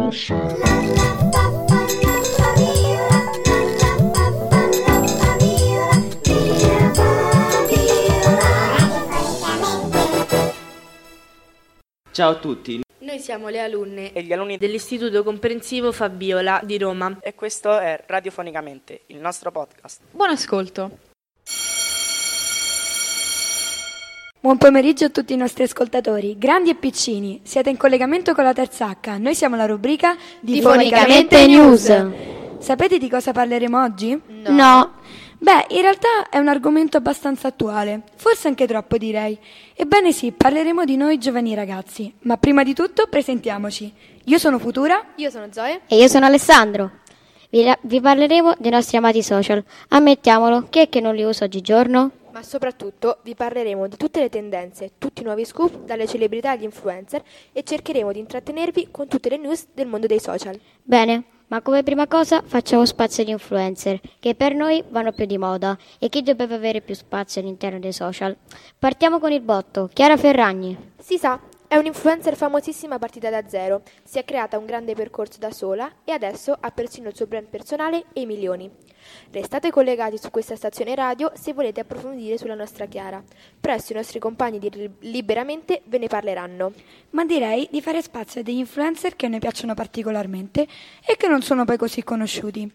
Ciao a tutti. Noi siamo le alunne e gli alunni dell'Istituto Comprensivo Fabiola di Roma. E questo è Radiofonicamente, il nostro podcast. Buon ascolto. Buon pomeriggio a tutti i nostri ascoltatori, grandi e piccini. Siete in collegamento con la Terza H. Noi siamo la rubrica di Fonicamente News. Sapete di cosa parleremo oggi? No. Beh, in realtà è un argomento abbastanza attuale, forse anche troppo direi. Ebbene sì, parleremo di noi giovani ragazzi, ma prima di tutto presentiamoci. Io sono Futura. Io sono Zoe. E io sono Alessandro. Vi parleremo dei nostri amati social. Ammettiamolo, chi è che non li usa oggigiorno? Ma soprattutto vi parleremo di tutte le tendenze, tutti i nuovi scoop dalle celebrità agli influencer e cercheremo di intrattenervi con tutte le news del mondo dei social. Bene, ma come prima cosa facciamo spazio agli influencer, che per noi vanno più di moda e chi dovrebbe avere più spazio all'interno dei social. Partiamo con il botto, Chiara Ferragni. Si sa, è un'influencer famosissima partita da zero, si è creata un grande percorso da sola e adesso ha persino il suo brand personale e i milioni. Restate collegati su questa stazione radio se volete approfondire sulla nostra Chiara. Presto i nostri compagni di Liberamente ve ne parleranno. Ma direi di fare spazio a degli influencer che a noi piacciono particolarmente e che non sono poi così conosciuti.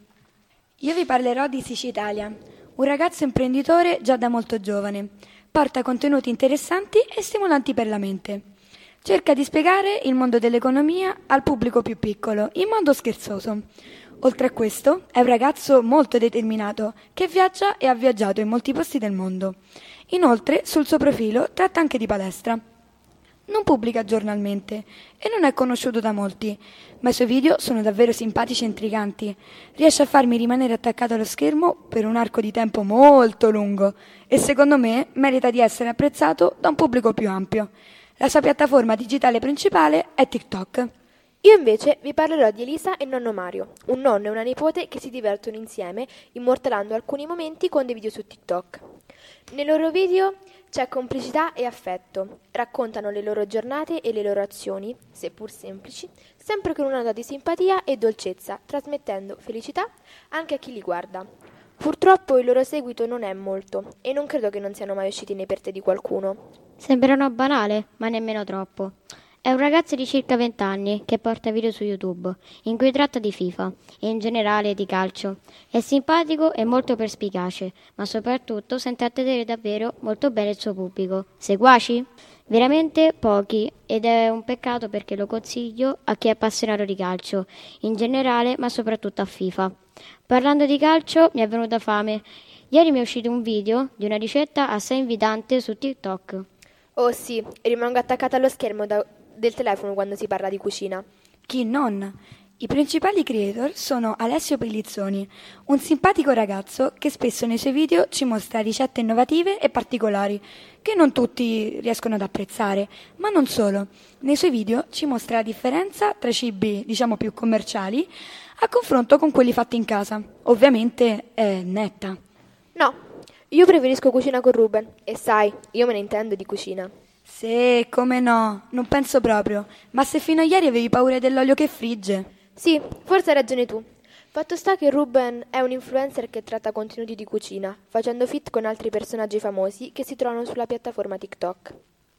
Io vi parlerò di Sici Italia, un ragazzo imprenditore già da molto giovane. Porta contenuti interessanti e stimolanti per la mente. Cerca di spiegare il mondo dell'economia al pubblico più piccolo, in modo scherzoso. Oltre a questo, è un ragazzo molto determinato, che viaggia e ha viaggiato in molti posti del mondo. Inoltre, sul suo profilo tratta anche di palestra. Non pubblica giornalmente e non è conosciuto da molti, ma i suoi video sono davvero simpatici e intriganti. Riesce a farmi rimanere attaccato allo schermo per un arco di tempo molto lungo e secondo me merita di essere apprezzato da un pubblico più ampio. La sua piattaforma digitale principale è TikTok. Io invece vi parlerò di Elisa e nonno Mario, un nonno e una nipote che si divertono insieme, immortalando alcuni momenti con dei video su TikTok. Nei loro video c'è complicità e affetto, raccontano le loro giornate e le loro azioni, seppur semplici, sempre con una nota di simpatia e dolcezza, trasmettendo felicità anche a chi li guarda. Purtroppo il loro seguito non è molto e non credo che non siano mai usciti nei per te di qualcuno. Sembrano banale, ma nemmeno troppo. È un ragazzo di circa 20 anni che porta video su YouTube, in cui tratta di FIFA e in generale di calcio. È simpatico e molto perspicace, ma soprattutto sa intrattenere davvero molto bene il suo pubblico. Seguaci? Veramente pochi, ed è un peccato perché lo consiglio a chi è appassionato di calcio, in generale, ma soprattutto a FIFA. Parlando di calcio, mi è venuta fame. Ieri mi è uscito un video di una ricetta assai invitante su TikTok. Oh sì, rimango attaccata allo schermo del telefono quando si parla di cucina. Chi non? I principali creator sono Alessio Pellizzoni, un simpatico ragazzo che spesso nei suoi video ci mostra ricette innovative e particolari, che non tutti riescono ad apprezzare, ma non solo. Nei suoi video ci mostra la differenza tra i cibi, diciamo più commerciali, a confronto con quelli fatti in casa. Ovviamente è netta. No, io preferisco Cucina con Ruben e sai, io me ne intendo di cucina. Sì, come no, non penso proprio. Ma se fino a ieri avevi paura dell'olio che frigge? Sì, forse hai ragione tu. Fatto sta che Ruben è un influencer che tratta contenuti di cucina, facendo feat con altri personaggi famosi che si trovano sulla piattaforma TikTok.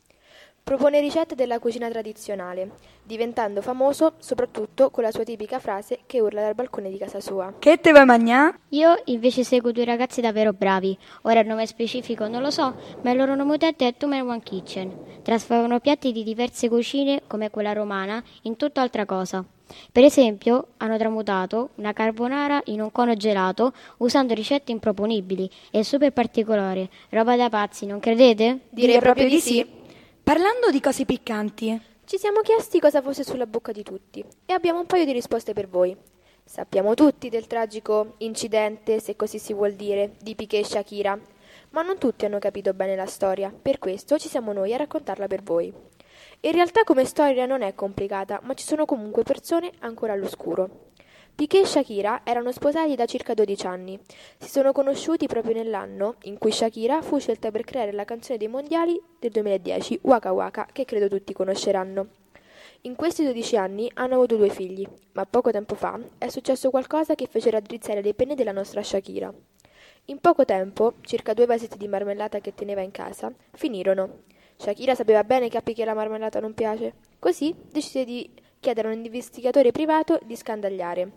Propone ricette della cucina tradizionale, diventando famoso soprattutto con la sua tipica frase che urla dal balcone di casa sua. Che te vuoi mangià? Io invece seguo due ragazzi davvero bravi. Ora il nome specifico non lo so, ma il loro nome utente è Two Men One Kitchen. Trasformano piatti di diverse cucine, come quella romana, in tutt'altra cosa. Per esempio, hanno tramutato una carbonara in un cono gelato usando ricette improponibili e super particolari. Roba da pazzi, non credete? Direi proprio di sì. Parlando di cose piccanti, ci siamo chiesti cosa fosse sulla bocca di tutti e abbiamo un paio di risposte per voi. Sappiamo tutti del tragico incidente, se così si vuol dire, di Piqué e Shakira, ma non tutti hanno capito bene la storia, per questo ci siamo noi a raccontarla per voi. In realtà come storia non è complicata, ma ci sono comunque persone ancora all'oscuro. Piqué e Shakira erano sposati da circa 12 anni. Si sono conosciuti proprio nell'anno in cui Shakira fu scelta per creare la canzone dei mondiali del 2010, Waka Waka, che credo tutti conosceranno. In questi 12 anni hanno avuto 2 figli, ma poco tempo fa è successo qualcosa che fece raddrizzare le penne della nostra Shakira. In poco tempo, circa 2 vasetti di marmellata che teneva in casa finirono. Shakira sapeva bene che a Piqué la marmellata non piace, così decise di chiedere a un investigatore privato di scandagliare.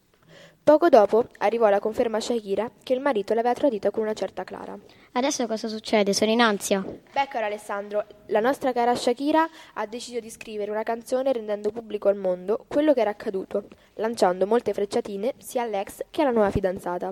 Poco dopo arrivò la conferma a Shakira che il marito l'aveva tradita con una certa Clara. Adesso cosa succede? Sono in ansia. Beh, caro Alessandro, la nostra cara Shakira ha deciso di scrivere una canzone rendendo pubblico al mondo quello che era accaduto, lanciando molte frecciatine sia all'ex che alla nuova fidanzata.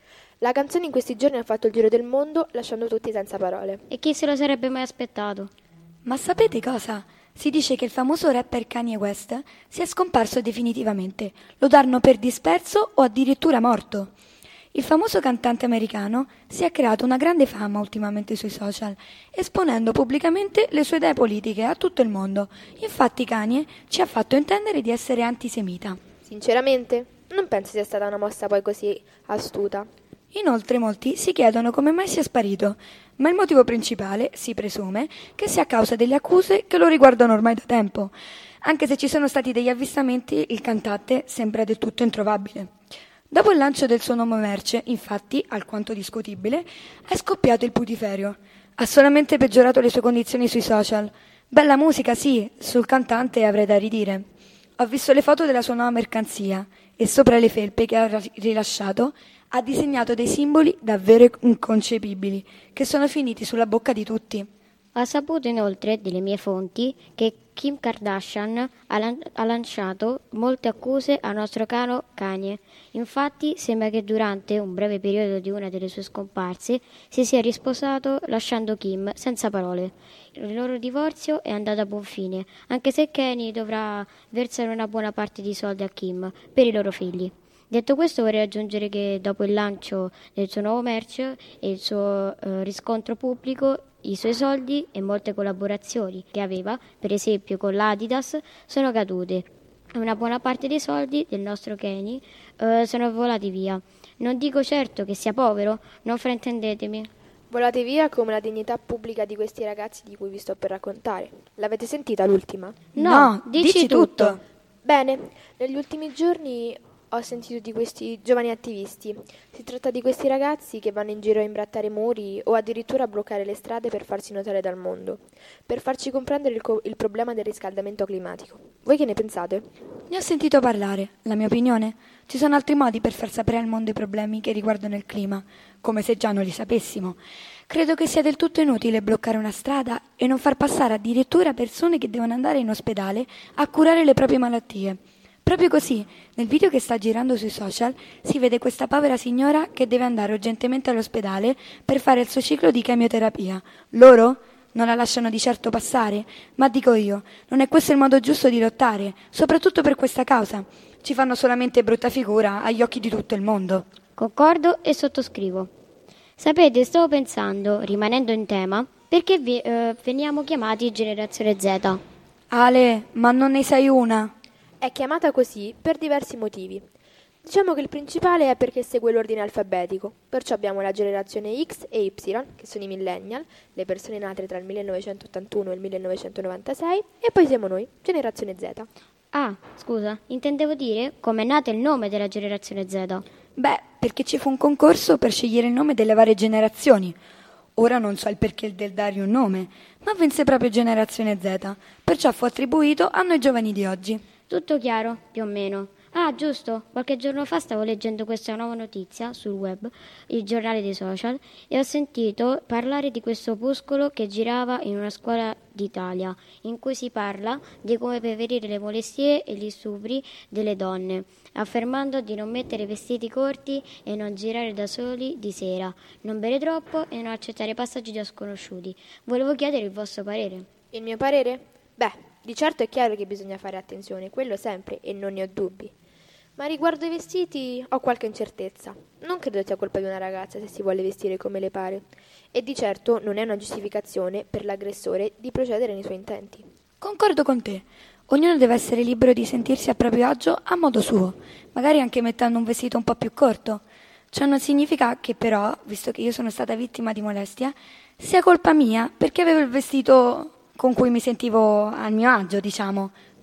La canzone in questi giorni ha fatto il giro del mondo, lasciando tutti senza parole. E chi se lo sarebbe mai aspettato? Ma sapete cosa? Si dice che il famoso rapper Kanye West sia scomparso definitivamente, lo danno per disperso o addirittura morto. Il famoso cantante americano si è creato una grande fama ultimamente sui social, esponendo pubblicamente le sue idee politiche a tutto il mondo. Infatti Kanye ci ha fatto intendere di essere antisemita. Sinceramente, non penso sia stata una mossa poi così astuta. Inoltre molti si chiedono come mai sia sparito, ma il motivo principale, si presume, che sia a causa delle accuse che lo riguardano ormai da tempo. Anche se ci sono stati degli avvistamenti, il cantante sembra del tutto introvabile. Dopo il lancio del suo nuovo merce, infatti, alquanto discutibile, è scoppiato il putiferio. Ha solamente peggiorato le sue condizioni sui social. Bella musica, sì, sul cantante avrei da ridire. Ho visto le foto della sua nuova mercanzia e sopra le felpe che ha rilasciato ha disegnato dei simboli davvero inconcepibili, che sono finiti sulla bocca di tutti. Ho saputo inoltre, delle mie fonti, che Kim Kardashian ha lanciato molte accuse al nostro caro Kanye. Infatti sembra che durante un breve periodo di una delle sue scomparse si sia risposato lasciando Kim senza parole. Il loro divorzio è andato a buon fine, anche se Kanye dovrà versare una buona parte di soldi a Kim per i loro figli. Detto questo, vorrei aggiungere che dopo il lancio del suo nuovo merch e il suo riscontro pubblico, i suoi soldi e molte collaborazioni che aveva, per esempio con l'Adidas, sono cadute. Una buona parte dei soldi del nostro Kanye sono volati via. Non dico certo che sia povero, non fraintendetemi. Volate via come la dignità pubblica di questi ragazzi di cui vi sto per raccontare. L'avete sentita l'ultima? No, dici tutto. Bene, negli ultimi giorni ho sentito di questi giovani attivisti. Si tratta di questi ragazzi che vanno in giro a imbrattare muri o addirittura a bloccare le strade per farsi notare dal mondo, per farci comprendere il problema del riscaldamento climatico. Voi che ne pensate? Ne ho sentito parlare. La mia opinione? Ci sono altri modi per far sapere al mondo i problemi che riguardano il clima, come se già non li sapessimo. Credo che sia del tutto inutile bloccare una strada e non far passare addirittura persone che devono andare in ospedale a curare le proprie malattie. Proprio così, nel video che sta girando sui social, si vede questa povera signora che deve andare urgentemente all'ospedale per fare il suo ciclo di chemioterapia. Loro non la lasciano di certo passare, ma dico io, non è questo il modo giusto di lottare, soprattutto per questa causa. Ci fanno solamente brutta figura agli occhi di tutto il mondo. Concordo e sottoscrivo. Sapete, stavo pensando, rimanendo in tema, perché veniamo chiamati Generazione Z. Ale, ma non ne sei una? È chiamata così per diversi motivi. Diciamo che il principale è perché segue l'ordine alfabetico, perciò abbiamo la generazione X e Y, che sono i millennial, le persone nate tra il 1981 e il 1996, e poi siamo noi, generazione Z. Ah, scusa, intendevo dire com'è nato il nome della Generazione Z. Beh, perché ci fu un concorso per scegliere il nome delle varie generazioni. Ora non so il perché del dargli un nome, ma vinse proprio Generazione Z, perciò fu attribuito a noi giovani di oggi. Tutto chiaro, più o meno. Ah, giusto, qualche giorno fa stavo leggendo questa nuova notizia sul web, il giornale dei social, e ho sentito parlare di questo opuscolo che girava in una scuola d'Italia, in cui si parla di come prevenire le molestie e gli stupri delle donne, affermando di non mettere vestiti corti e non girare da soli di sera, non bere troppo e non accettare passaggi da sconosciuti. Volevo chiedere il vostro parere. Il mio parere? Beh, di certo è chiaro che bisogna fare attenzione, quello sempre, e non ne ho dubbi. Ma riguardo ai vestiti ho qualche incertezza. Non credo sia colpa di una ragazza se si vuole vestire come le pare. E di certo non è una giustificazione per l'aggressore di procedere nei suoi intenti. Concordo con te. Ognuno deve essere libero di sentirsi a proprio agio a modo suo, magari anche mettendo un vestito un po' più corto. Ciò non significa che però, visto che io sono stata vittima di molestia, sia colpa mia perché avevo il vestito con cui mi sentivo a mio agio, diciamo.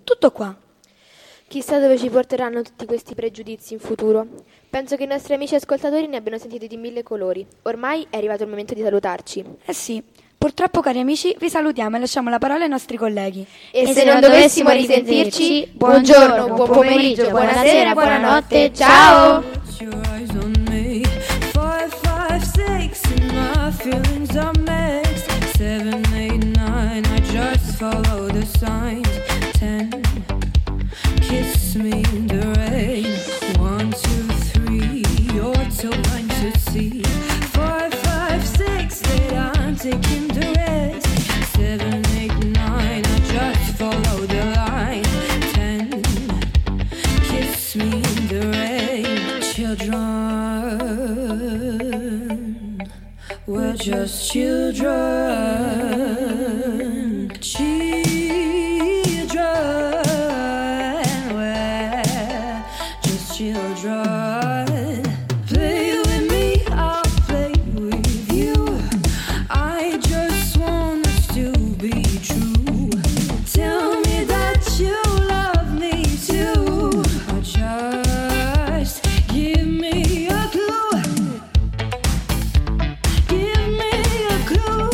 Tutto qua. Chissà dove ci porteranno tutti questi pregiudizi in futuro. Penso che i nostri amici ascoltatori ne abbiano sentiti di mille colori. Ormai è arrivato il momento di salutarci. Eh sì, purtroppo cari amici vi salutiamo e lasciamo la parola ai nostri colleghi. E se non dovessimo risentirci, buongiorno, buon pomeriggio, buonasera, buonanotte, ciao! Your eyes on me. 5, 5, 6, and my feelings are mixed. 7, 8, 9, I just follow the signs. 10, kiss me in the rain. 1, 2, 3, you're too blind to see. 4, 5, 6, that I'm taking the risk. 7, 8, 9, I just follow the line. 10, kiss me in the rain. Children, we're just children. Children, we're just children. Play with me, I'll play with you. I just want us to be true. Tell me that you love me too. Or just give me a clue. Give me a clue.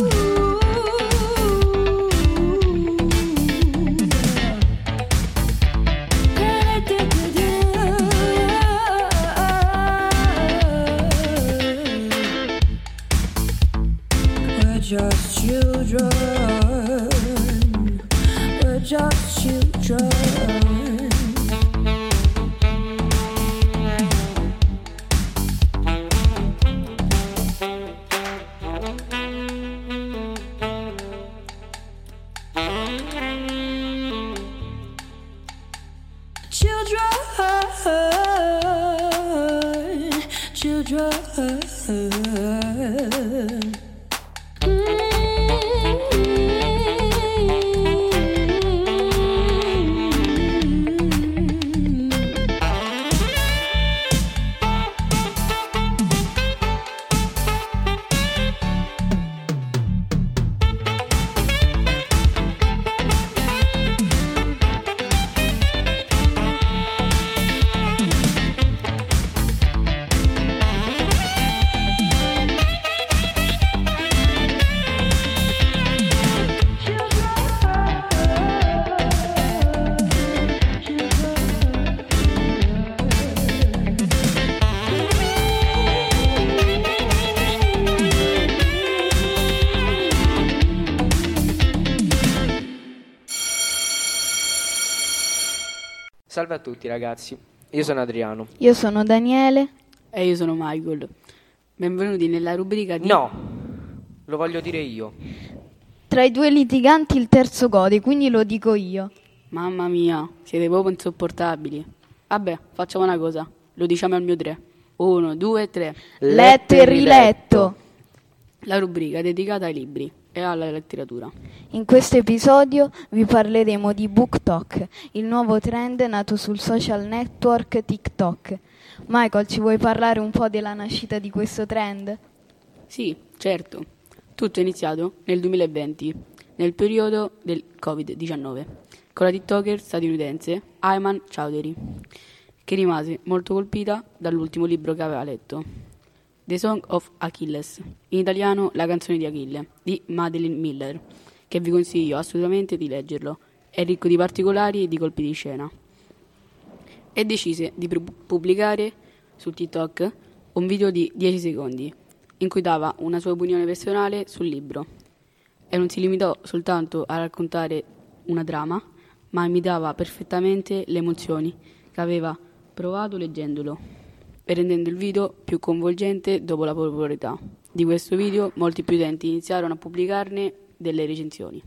We're just children. We're just children. Children, children. Salve a tutti ragazzi, io sono Adriano. Io sono Daniele. E io sono Michael. Benvenuti nella rubrica di... No, lo voglio dire io. Tra i due litiganti il terzo gode, quindi lo dico io. Mamma mia, siete proprio insopportabili. Vabbè, facciamo una cosa, lo diciamo al mio 3. 1, 2, 3. Letto e riletto. La rubrica dedicata ai libri e alla letteratura. In questo episodio vi parleremo di BookTok, il nuovo trend nato sul social network TikTok. Michael, ci vuoi parlare un po' della nascita di questo trend? Sì, certo. Tutto è iniziato nel 2020, nel periodo del Covid-19, con la TikToker statunitense Ayman Chowdhury, che rimase molto colpita dall'ultimo libro che aveva letto, The Song of Achilles, in italiano La canzone di Achille, di Madeline Miller, che vi consiglio assolutamente di leggerlo, è ricco di particolari e di colpi di scena. E decise di pubblicare su TikTok un video di 10 secondi, in cui dava una sua opinione personale sul libro, e non si limitò soltanto a raccontare una trama, ma imitava perfettamente le emozioni che aveva provato leggendolo, e rendendo il video più coinvolgente dopo la popolarità di questo video. Molti più utenti iniziarono a pubblicarne delle recensioni.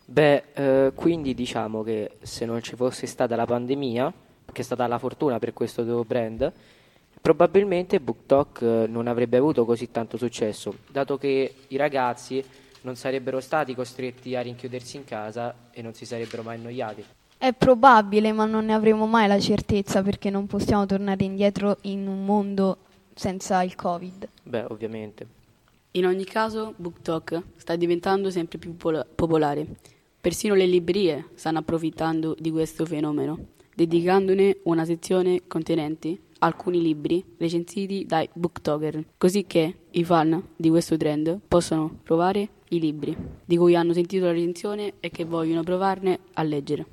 Quindi diciamo che se non ci fosse stata la pandemia, che è stata la fortuna per questo nuovo brand, probabilmente BookTok non avrebbe avuto così tanto successo, dato che i ragazzi non sarebbero stati costretti a rinchiudersi in casa e non si sarebbero mai annoiati. È probabile, ma non ne avremo mai la certezza, perché non possiamo tornare indietro in un mondo senza il Covid. Beh, ovviamente. In ogni caso, BookTok sta diventando sempre più popolare, Persino le librerie stanno approfittando di questo fenomeno, dedicandone una sezione contenente alcuni libri recensiti dai booktoker, così che i fan di questo trend possono provare i libri di cui hanno sentito la recensione e che vogliono provarne a leggere.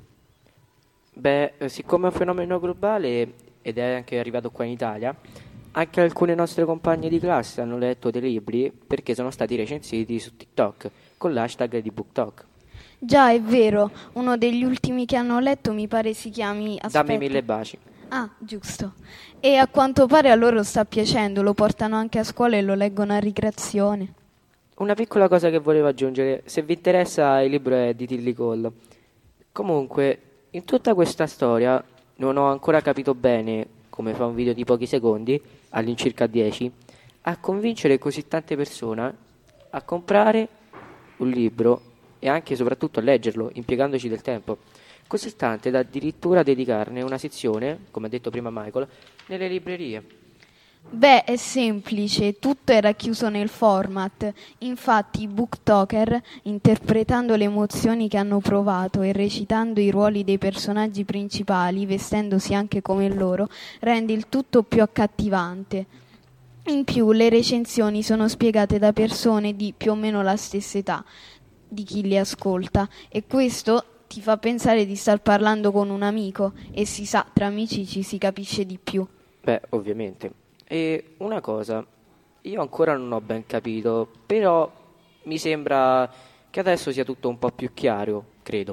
Beh, siccome è un fenomeno globale ed è anche arrivato qua in Italia, anche alcune nostre compagne di classe hanno letto dei libri perché sono stati recensiti su TikTok con l'hashtag di BookTok. Già, è vero, uno degli ultimi che hanno letto mi pare si chiami... Dammi 1000 baci. Ah, giusto. E a quanto pare a loro sta piacendo, lo portano anche a scuola e lo leggono a ricreazione. Una piccola cosa che volevo aggiungere, se vi interessa il libro è di Tilly Cole. Comunque, in tutta questa storia non ho ancora capito bene, come fa un video di pochi secondi, all'incirca 10, a convincere così tante persone a comprare un libro e anche e soprattutto a leggerlo, impiegandoci del tempo, così tante da addirittura dedicarne una sezione, come ha detto prima Michael, nelle librerie. Beh, è semplice, tutto è racchiuso nel format. Infatti i booktoker, interpretando le emozioni che hanno provato e recitando i ruoli dei personaggi principali, vestendosi anche come loro, rende il tutto più accattivante. In più le recensioni sono spiegate da persone di più o meno la stessa età di chi li ascolta e questo ti fa pensare di star parlando con un amico e si sa, tra amici ci si capisce di più. Beh, ovviamente. E una cosa, io ancora non ho ben capito, però mi sembra che adesso sia tutto un po' più chiaro, credo.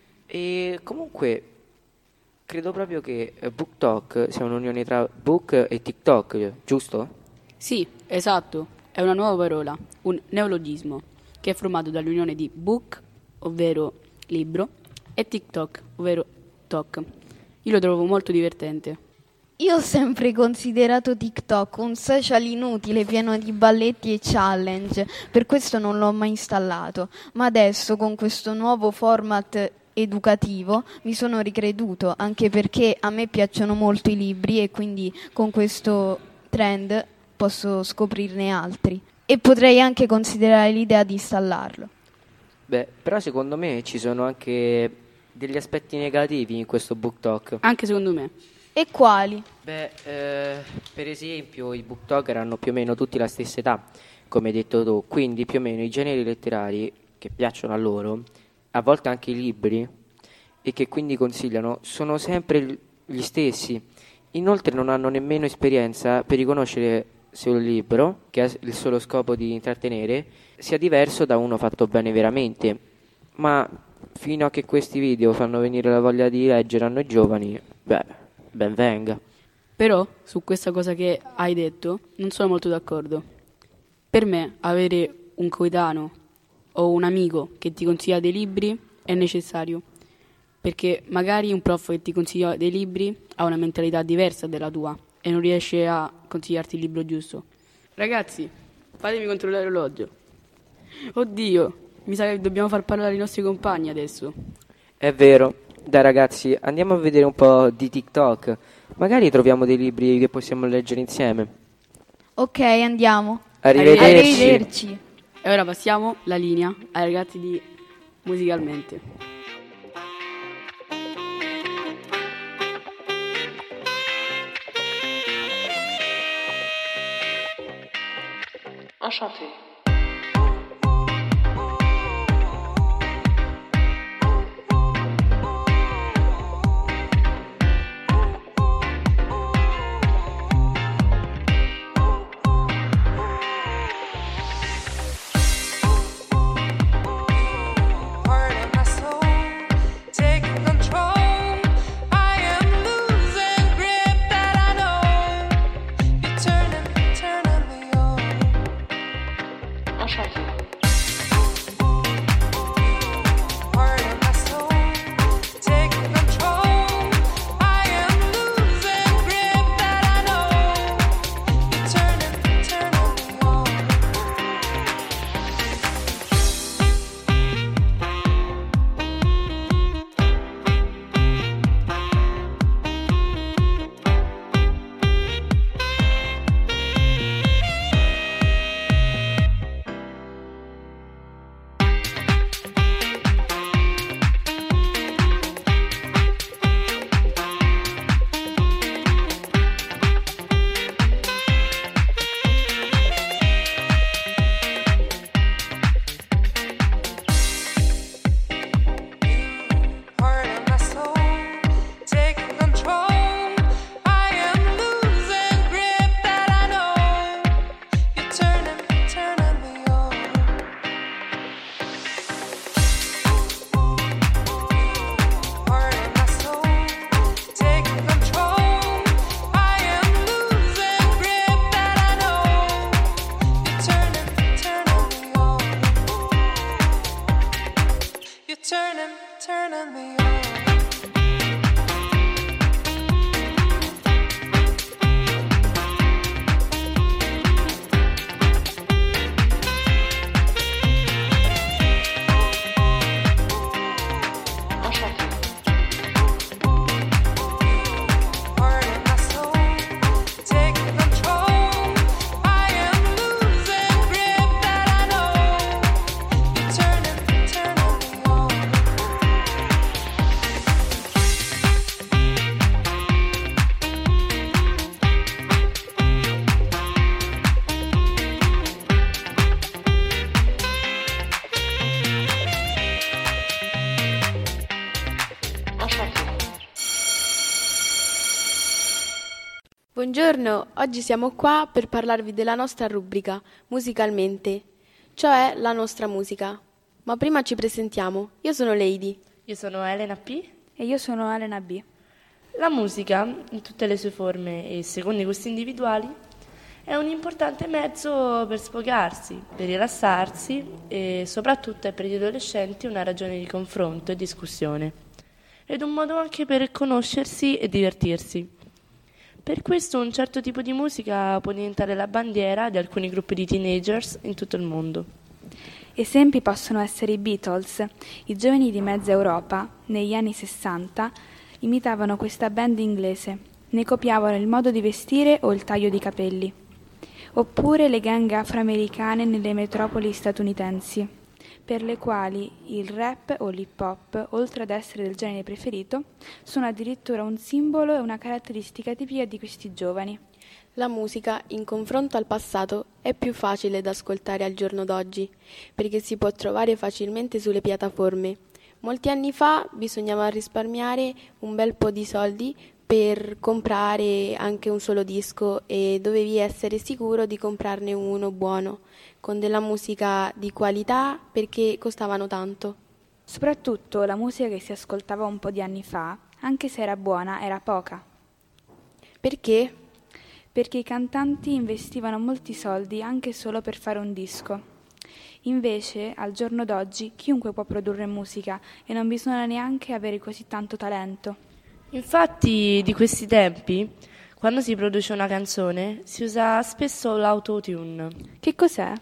E comunque credo proprio che BookTok sia un'unione tra book e TikTok, giusto? Sì, esatto, è una nuova parola, un neologismo, che è formato dall'unione di book, ovvero libro, e TikTok, ovvero talk. Io lo trovo molto divertente. Io ho sempre considerato TikTok un social inutile pieno di balletti e challenge, per questo non l'ho mai installato, ma adesso con questo nuovo format educativo mi sono ricreduto, anche perché a me piacciono molto i libri e quindi con questo trend posso scoprirne altri e potrei anche considerare l'idea di installarlo. Beh, però secondo me ci sono anche degli aspetti negativi in questo BookTok. Anche secondo me. E quali? Beh, per esempio i booktoker hanno più o meno tutti la stessa età, come hai detto tu, quindi più o meno i generi letterari che piacciono a loro, a volte anche i libri, e che quindi consigliano, sono sempre gli stessi. Inoltre non hanno nemmeno esperienza per riconoscere se un libro, che ha il solo scopo di intrattenere, sia diverso da uno fatto bene veramente. Ma fino a che questi video fanno venire la voglia di leggere a noi giovani, beh, ben venga. Però su questa cosa che hai detto non sono molto d'accordo. Per me avere un coetaneo o un amico che ti consiglia dei libri è necessario, perché magari un prof che ti consiglia dei libri ha una mentalità diversa della tua e non riesce a consigliarti il libro giusto. Ragazzi, fatemi controllare l'orologio. Oddio, mi sa che dobbiamo far parlare i nostri compagni adesso. È vero. Dai ragazzi, andiamo a vedere un po' di TikTok. Magari troviamo dei libri che possiamo leggere insieme. Ok, andiamo. Arrivederci. E ora passiamo la linea ai ragazzi di Musicalmente. Enchanté. Buongiorno, oggi siamo qua per parlarvi della nostra rubrica Musicalmente, cioè la nostra musica. Ma prima ci presentiamo. Io sono Lady. Io sono Elena P. E io sono Elena B. La musica, in tutte le sue forme e secondo i gusti individuali, è un importante mezzo per sfogarsi, per rilassarsi e soprattutto è per gli adolescenti una ragione di confronto e discussione. Ed un modo anche per conoscersi e divertirsi. Per questo un certo tipo di musica può diventare la bandiera di alcuni gruppi di teenagers in tutto il mondo. Esempi possono essere i Beatles. I giovani di mezza Europa, negli anni 60, imitavano questa band inglese, ne copiavano il modo di vestire o il taglio di capelli. Oppure le gang afroamericane nelle metropoli statunitensi, per le quali il rap o l'hip hop, oltre ad essere del genere preferito, sono addirittura un simbolo e una caratteristica tipica di questi giovani. La musica, in confronto al passato, è più facile da ascoltare al giorno d'oggi, perché si può trovare facilmente sulle piattaforme. Molti anni fa bisognava risparmiare un bel po' di soldi per comprare anche un solo disco e dovevi essere sicuro di comprarne uno buono, con della musica di qualità perché costavano tanto. Soprattutto la musica che si ascoltava un po' di anni fa, anche se era buona, era poca. Perché? Perché i cantanti investivano molti soldi anche solo per fare un disco. Invece, al giorno d'oggi, chiunque può produrre musica e non bisogna neanche avere così tanto talento. Infatti, di questi tempi, quando si produce una canzone, si usa spesso l'autotune. Che cos'è?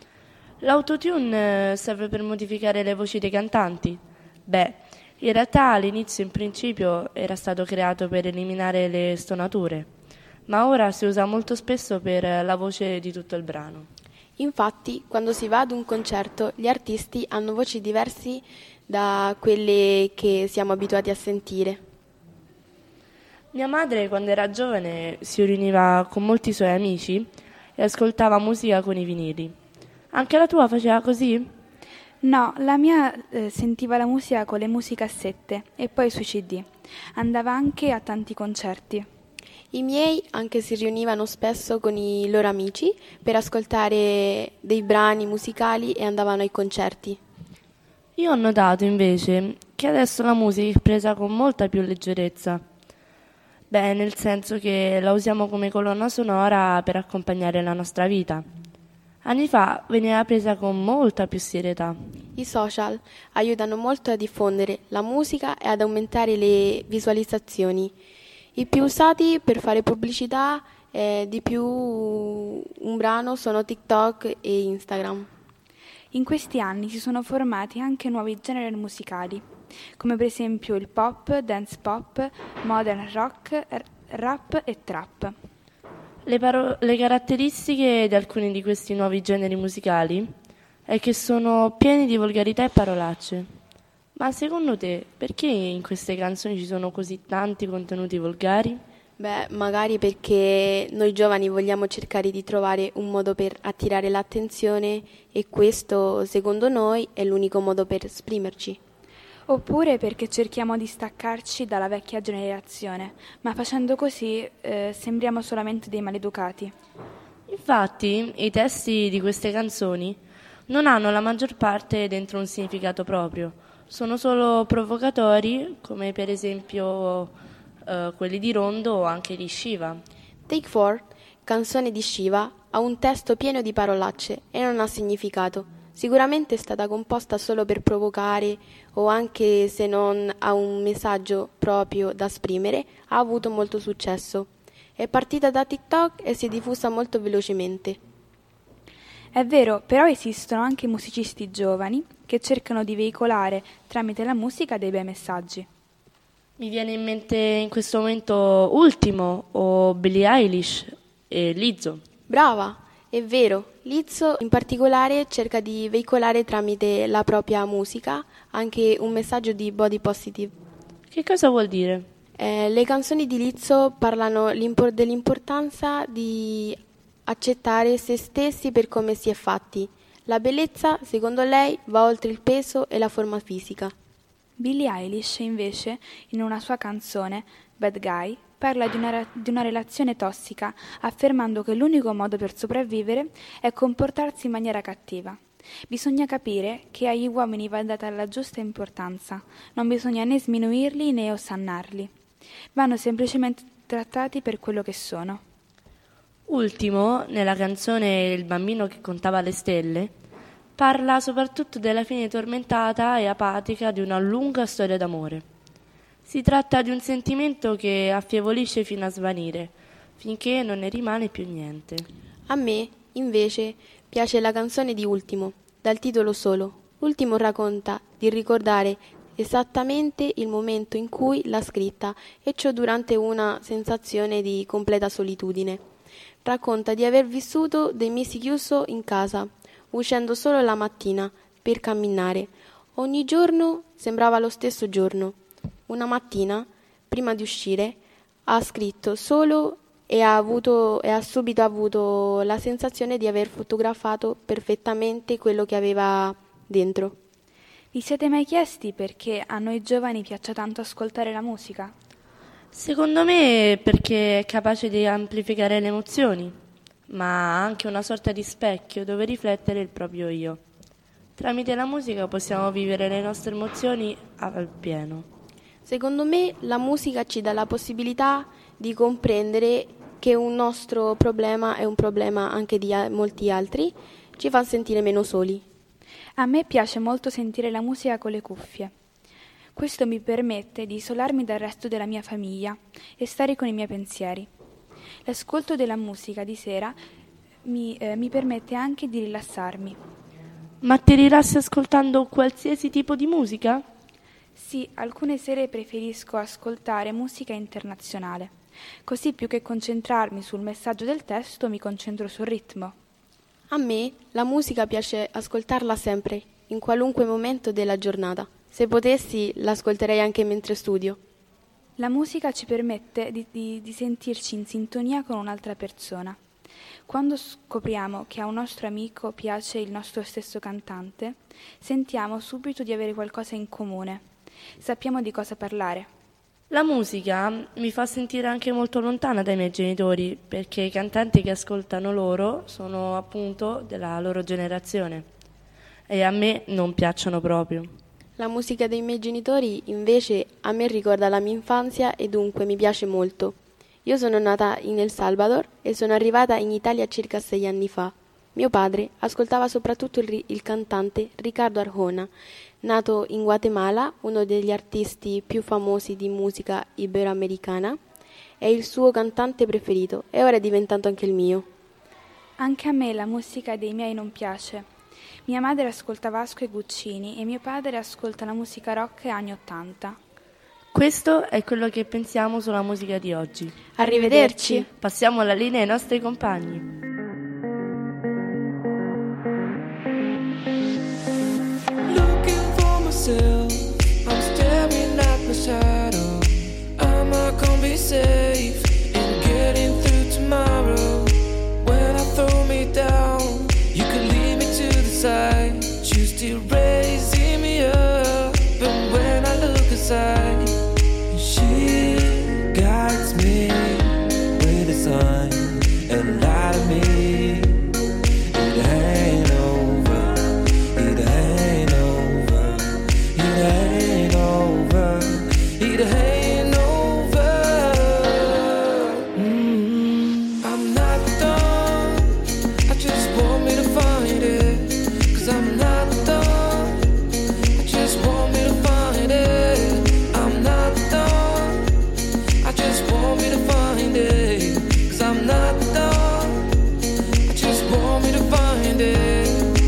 L'autotune serve per modificare le voci dei cantanti. Beh, in realtà all'inizio in principio era stato creato per eliminare le stonature, ma ora si usa molto spesso per la voce di tutto il brano. Infatti, quando si va ad un concerto, gli artisti hanno voci diverse da quelle che siamo abituati a sentire. Mia madre, quando era giovane, si riuniva con molti suoi amici e ascoltava musica con i vinili. Anche la tua faceva così? No, la mia sentiva la musica con le musicassette e poi sui CD. Andava anche a tanti concerti. I miei anche si riunivano spesso con i loro amici per ascoltare dei brani musicali e andavano ai concerti. Io ho notato invece che adesso la musica è presa con molta più leggerezza. Beh, nel senso che la usiamo come colonna sonora per accompagnare la nostra vita. Anni fa veniva presa con molta più serietà. I social aiutano molto a diffondere la musica e ad aumentare le visualizzazioni. I più usati per fare pubblicità di più un brano sono TikTok e Instagram. In questi anni si sono formati anche nuovi generi musicali, come per esempio il pop, dance pop, modern rock, rap e trap. Le caratteristiche di alcuni di questi nuovi generi musicali è che sono pieni di volgarità e parolacce. Ma secondo te, perché in queste canzoni ci sono così tanti contenuti volgari? Beh, magari perché noi giovani vogliamo cercare di trovare un modo per attirare l'attenzione e questo, secondo noi, è l'unico modo per esprimerci. Oppure perché cerchiamo di staccarci dalla vecchia generazione, ma facendo così sembriamo solamente dei maleducati. Infatti, i testi di queste canzoni non hanno la maggior parte dentro un significato proprio, sono solo provocatori, come per esempio quelli di Rondo o anche di Shiva. Take 4, canzone di Shiva, ha un testo pieno di parolacce e non ha significato. Sicuramente è stata composta solo per provocare o anche se non ha un messaggio proprio da esprimere, ha avuto molto successo. È partita da TikTok e si è diffusa molto velocemente. È vero, però esistono anche musicisti giovani che cercano di veicolare tramite la musica dei bei messaggi. Mi viene in mente in questo momento Ultimo o Billie Eilish e Lizzo. Brava, è vero. Lizzo in particolare cerca di veicolare tramite la propria musica anche un messaggio di body positive. Che cosa vuol dire? Le canzoni di Lizzo parlano dell'importanza di accettare se stessi per come si è fatti. La bellezza, secondo lei, va oltre il peso e la forma fisica. Billie Eilish, invece, in una sua canzone, Bad Guy, parla di una relazione tossica, affermando che l'unico modo per sopravvivere è comportarsi in maniera cattiva. Bisogna capire che agli uomini va data la giusta importanza, non bisogna né sminuirli né osannarli. Vanno semplicemente trattati per quello che sono. Ultimo, nella canzone Il bambino che contava le stelle, parla soprattutto della fine tormentata e apatica di una lunga storia d'amore. Si tratta di un sentimento che affievolisce fino a svanire, finché non ne rimane più niente. A me, invece, piace la canzone di Ultimo, dal titolo solo. Ultimo racconta di ricordare esattamente il momento in cui l'ha scritta, e ciò durante una sensazione di completa solitudine. Racconta di aver vissuto dei mesi chiuso in casa, uscendo solo la mattina per camminare. Ogni giorno sembrava lo stesso giorno. Una mattina, prima di uscire, ha scritto solo e ha subito avuto la sensazione di aver fotografato perfettamente quello che aveva dentro. Vi siete mai chiesti perché a noi giovani piace tanto ascoltare la musica? Secondo me perché è capace di amplificare le emozioni, ma ha anche una sorta di specchio dove riflettere il proprio io. Tramite la musica possiamo vivere le nostre emozioni al pieno. Secondo me la musica ci dà la possibilità di comprendere che un nostro problema è un problema anche di molti altri, ci fa sentire meno soli. A me piace molto sentire la musica con le cuffie. Questo mi permette di isolarmi dal resto della mia famiglia e stare con i miei pensieri. L'ascolto della musica di sera mi permette anche di rilassarmi. Ma ti rilassi ascoltando qualsiasi tipo di musica? Sì, alcune sere preferisco ascoltare musica internazionale. Così più che concentrarmi sul messaggio del testo mi concentro sul ritmo. A me la musica piace ascoltarla sempre, in qualunque momento della giornata. Se potessi l'ascolterei anche mentre studio. La musica ci permette di sentirci in sintonia con un'altra persona. Quando scopriamo che a un nostro amico piace il nostro stesso cantante, sentiamo subito di avere qualcosa in comune. Sappiamo di cosa parlare. La musica mi fa sentire anche molto lontana dai miei genitori, perché i cantanti che ascoltano loro sono appunto della loro generazione e a me non piacciono proprio. La musica dei miei genitori invece a me ricorda la mia infanzia e dunque mi piace molto. Io sono nata in El Salvador e sono arrivata in Italia circa 6 anni fa. Mio padre ascoltava soprattutto il cantante Ricardo Arjona, nato in Guatemala, uno degli artisti più famosi di musica iberoamericana. È il suo cantante preferito e ora è diventato anche il mio. Anche a me la musica dei miei non piace. Mia madre ascolta Vasco e Guccini e mio padre ascolta la musica rock anni 80. Questo è quello che pensiamo sulla musica di oggi. Arrivederci! Passiamo la linea ai nostri compagni. I'm staring at my shadow. Am I gonna be safe in getting through tomorrow? When I throw me down, you can lead me to the side. You still raising me up, but when I look aside, she guides me with a sign and light of me. It ain't over, it ain't over, it ain't over, it ain't over. I'm not done, I just want me to find it. 'Cause I'm not done, I just want me to find it. I'm not done, I just want me to find it. 'Cause I'm not done, I just want me to find it.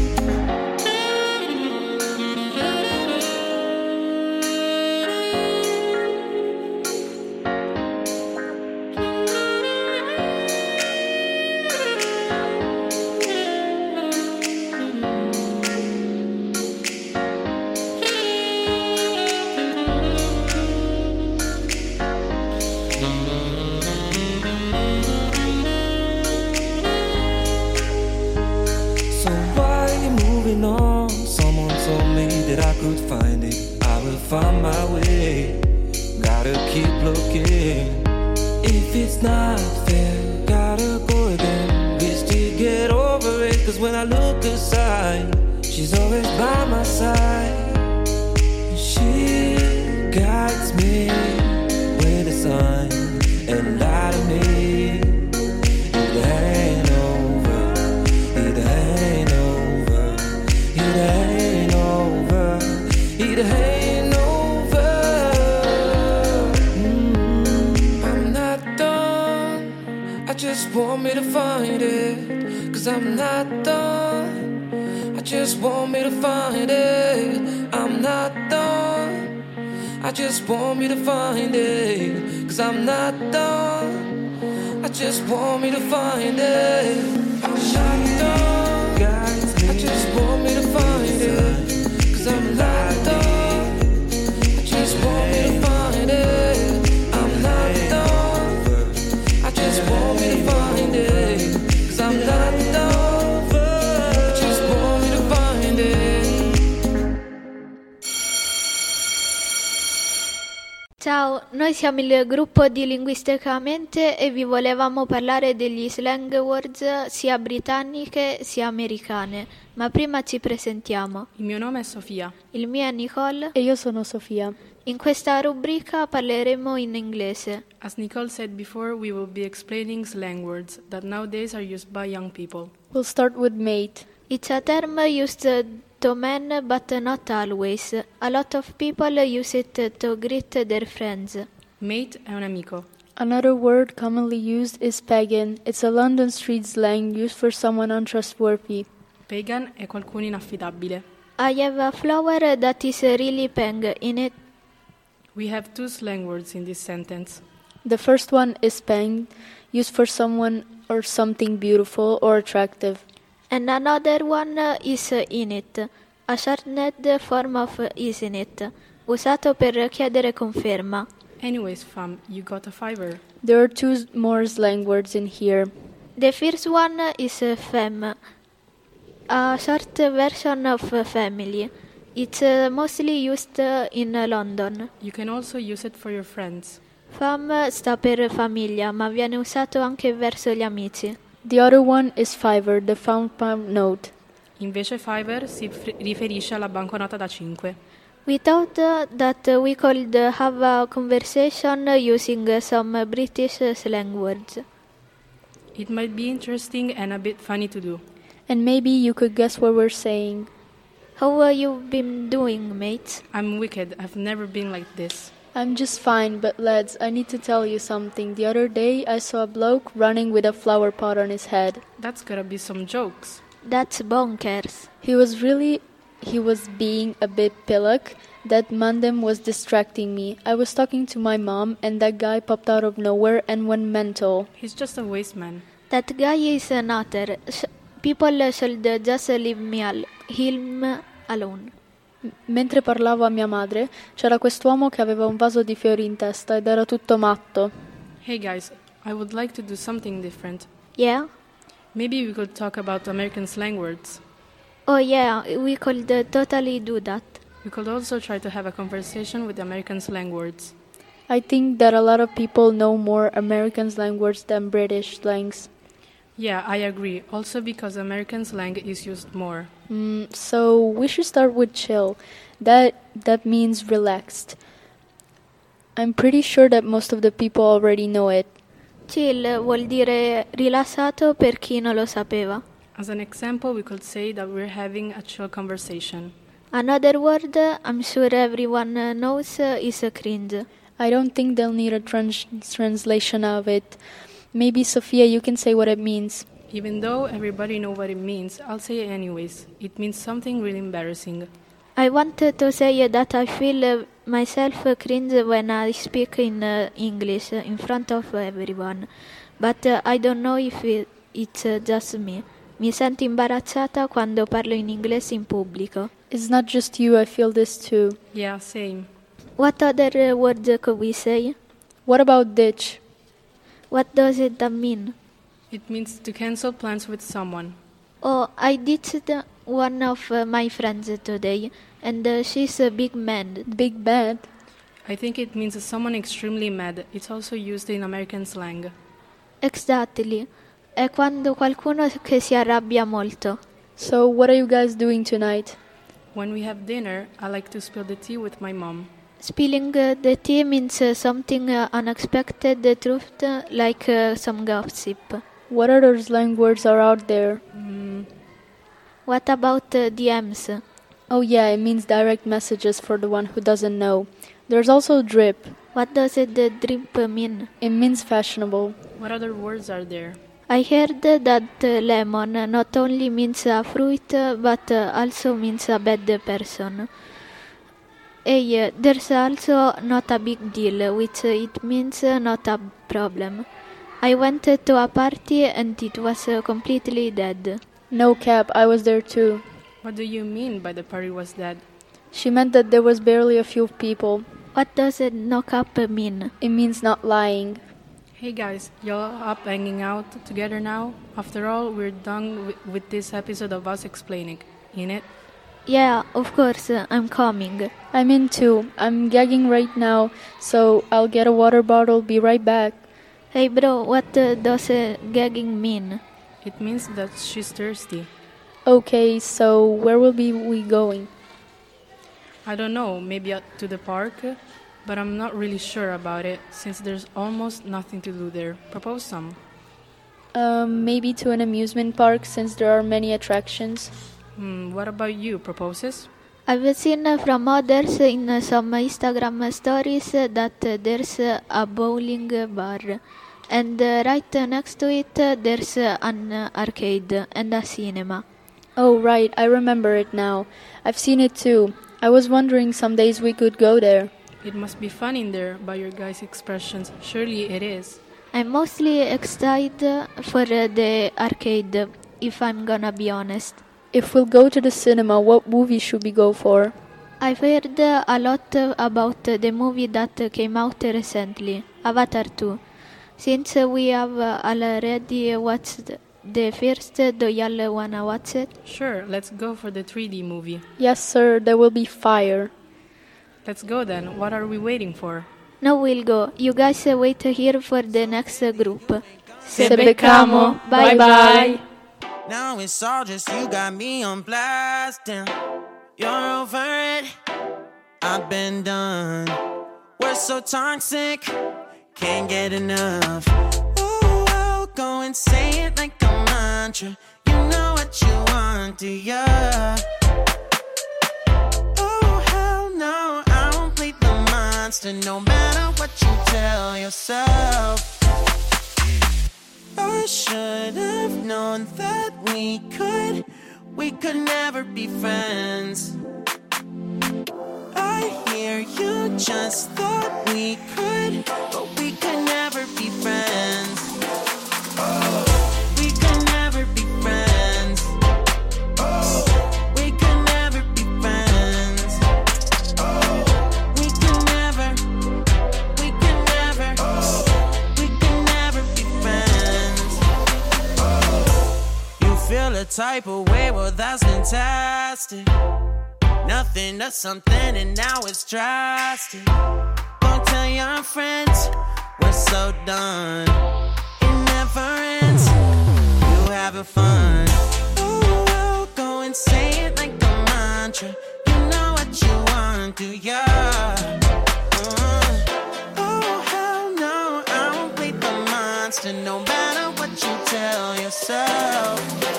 So why are you moving on? Someone told me that I could find it. I will find my way. God gotta keep looking. If it's not fair, gotta go again. Wish to get over it, 'cause when I look aside, she's always by my side. She guides me with a sign and lie to me. It ain't over, it ain't over, it ain't over, it ain't over. I'm not done, I just want me to find it, 'cause I'm not done, I just want me to find it. I'm not done, I just want me to find it, 'cause I'm not done, I just want me to find it. I'm not done, I just want me to find it, 'cause I'm not done, I just want me to find it. I'm not done, I just want me to find it, 'cause I'm not done, I just want me to find it. Ciao, noi siamo il gruppo di Linguisticamente e vi volevamo parlare degli slang words sia britanniche sia americane, ma prima ci presentiamo. Il mio nome è Sofia. Il mio è Nicole. E io sono Sofia. In questa rubrica parleremo in inglese. As Nicole said before, we will be explaining slang words that nowadays are used by young people. We'll start with mate. It's a term used to men but not always. A lot of people use it to greet their friends. Mate è un amico. Another word commonly used is pagan. It's a London street slang used for someone untrustworthy. Pagan è qualcuno inaffidabile. I have a flower that is really peng in it. We have two slang words in this sentence. The first one is peng, used for someone or something beautiful or attractive. And another one is in it, a shortened form of isn't it, usato per chiedere conferma. Anyways, fam, you got a fiver. There are two more slang words in here. The first one is fem, a short version of family. It's mostly used in London. You can also use it for your friends. Fam sta per famiglia, ma viene usato anche verso gli amici. The other one is fiver, the £5 note. Invece fiver si riferisce alla banconota da 5. We thought that we could have a conversation using some British slang words. It might be interesting and a bit funny to do. And maybe you could guess what we're saying. How have you been doing, mates? I'm wicked. I've never been like this. I'm just fine, but lads, I need to tell you something. The other day I saw a bloke running with a flower pot on his head. That's gotta be some jokes. That's bonkers. He was being a bit pillock. That mandem was distracting me. I was talking to my mom and that guy popped out of nowhere and went mental. He's just a waste man. That guy is a nutter. People should just leave him alone. Mentre parlavo a mia madre, c'era quest'uomo che aveva un vaso di fiori in testa ed era tutto matto. Hey guys, I would like to do something different. Yeah? Maybe we could talk about American slang words. Oh yeah, we could totally do that. We could also try to have a conversation with American slang words. I think that a lot of people know more American slang words than British slangs. Yeah, I agree. Also because American slang is used more. So we should start with chill. That means relaxed. I'm pretty sure that most of the people already know it. Chill vuol dire rilassato per chi non lo sapeva. As an example, we could say that we're having a chill conversation. Another word I'm sure everyone knows is cringe. I don't think they'll need a translation of it. Maybe, Sophia, you can say what it means. Even though everybody knows what it means, I'll say it anyways. It means something really embarrassing. I wanted to say that I feel myself cringe when I speak in English in front of everyone. But I don't know if it's just me. Mi sento imbarazzata quando parlo in inglese in pubblico. It's not just you, I feel this too. Yeah, same. What other words could we say? What about ditch? What does it mean? It means to cancel plans with someone. Oh, I ditched one of my friends today, and she's a big man. Big bad? I think it means someone extremely mad. It's also used in American slang. Exactly. È quando qualcuno che si arrabbia molto. So, what are you guys doing tonight? When we have dinner, I like to spill the tea with my mom. Spilling the tea means something unexpected, the truth, like some gossip. What other slang words are out there? What about DMs? Oh yeah, it means direct messages for the one who doesn't know. There's also drip. What does the drip mean? It means fashionable. What other words are there? I heard that lemon not only means a fruit, but also means a bad person. Hey, there's also not a big deal, which it means not a problem. I went to a party and it was completely dead. No cap, I was there too. What do you mean by the party was dead? She meant that there was barely a few people. What does knock up mean? It means not lying. Hey guys, y'all up hanging out together now? After all, we're done with this episode of us explaining, innit? Yeah, of course, I'm coming. I'm in too. I'm gagging right now, so I'll get a water bottle, be right back. Hey bro, what does gagging mean? It means that she's thirsty. Okay, so where will we going? I don't know, maybe out to the park? But I'm not really sure about it, since there's almost nothing to do there. Propose some. Maybe to an amusement park, since there are many attractions. What about you? Proposes? I've seen from others in some Instagram stories that there's a bowling bar. And right next to it there's an arcade and a cinema. Oh right, I remember it now. I've seen it too. I was wondering some days we could go there. It must be fun in there, by your guys' expressions. Surely it is. I'm mostly excited for the arcade, if I'm gonna be honest. If we'll go to the cinema, what movie should we go for? I've heard a lot about the movie that came out recently, Avatar 2. Since we have already watched the first, do y'all wanna watch it? Sure, let's go for the 3D movie. Yes, sir, there will be fire. Let's go then. What are we waiting for? No, we'll go. You guys wait here for the next group. Se beccamo. Bye bye. Now it's all just you got me on blast. Damn, you're over it. I've been done. We're so toxic. Can't get enough. Ooh, I'll go and say it like a mantra. You know what you want, do ya? Oh, hell no, I won't play the monster. No matter what you tell yourself. I should have known that we could never be friends. I hear you just thought we could, but we could never be friends. We could never be friends. We could never be friends. We could never be friends. You feel a type of way, well that's fantastic. Nothing to something and now it's drastic. Don't tell your friends we're so done. It never ends. You having fun. Ooh, I'll go and say it like a mantra. You know what you want, do ya? Oh hell no, I won't play the monster. No matter what you tell yourself.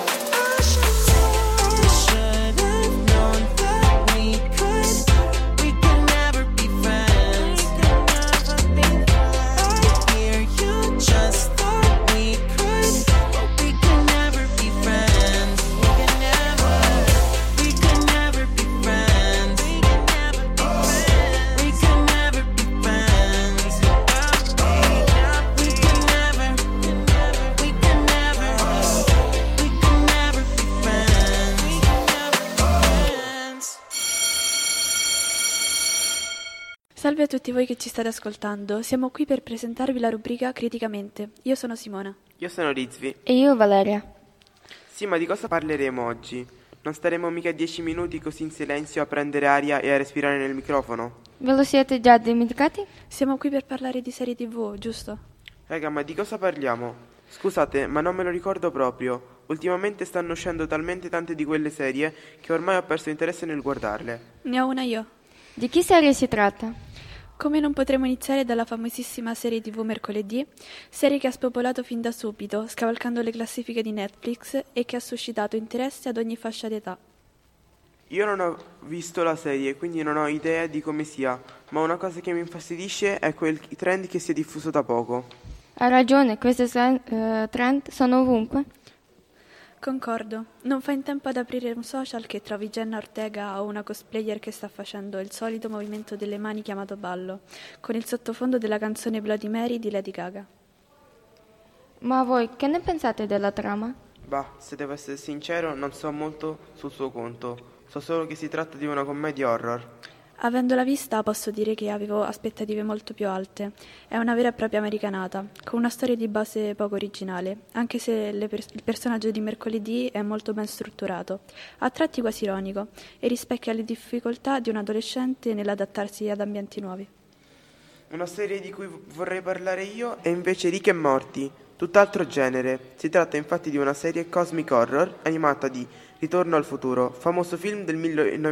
Salve a tutti voi che ci state ascoltando, siamo qui per presentarvi la rubrica Criticamente. Io sono Simona. Io sono Rizvi. E io Valeria. Sì, ma di cosa parleremo oggi? Non staremo mica 10 minuti così in silenzio a prendere aria e a respirare nel microfono? Ve lo siete già dimenticati? Siamo qui per parlare di serie TV, giusto? Raga, ma di cosa parliamo? Scusate, ma non me lo ricordo proprio. Ultimamente stanno uscendo talmente tante di quelle serie che ormai ho perso interesse nel guardarle. Ne ho una io. Di che serie si tratta? Come non potremmo iniziare dalla famosissima serie TV Mercoledì, serie che ha spopolato fin da subito, scavalcando le classifiche di Netflix e che ha suscitato interesse ad ogni fascia d'età. Io non ho visto la serie, quindi non ho idea di come sia, ma una cosa che mi infastidisce è quel trend che si è diffuso da poco. Hai ragione, questi trend sono ovunque. Concordo. Non fa in tempo ad aprire un social che trovi Jenna Ortega o una cosplayer che sta facendo il solito movimento delle mani chiamato ballo, con il sottofondo della canzone Bloody Mary di Lady Gaga. Ma voi che ne pensate della trama? Bah, se devo essere sincero, non so molto sul suo conto. So solo che si tratta di una commedia horror. Avendola vista posso dire che avevo aspettative molto più alte. È una vera e propria americanata, con una storia di base poco originale, anche se il personaggio di Mercoledì è molto ben strutturato, a tratti quasi ironico, e rispecchia le difficoltà di un adolescente nell'adattarsi ad ambienti nuovi. Una serie di cui vorrei parlare io è invece Rick e Morty, tutt'altro genere. Si tratta infatti di una serie cosmic horror animata di Ritorno al futuro, famoso film del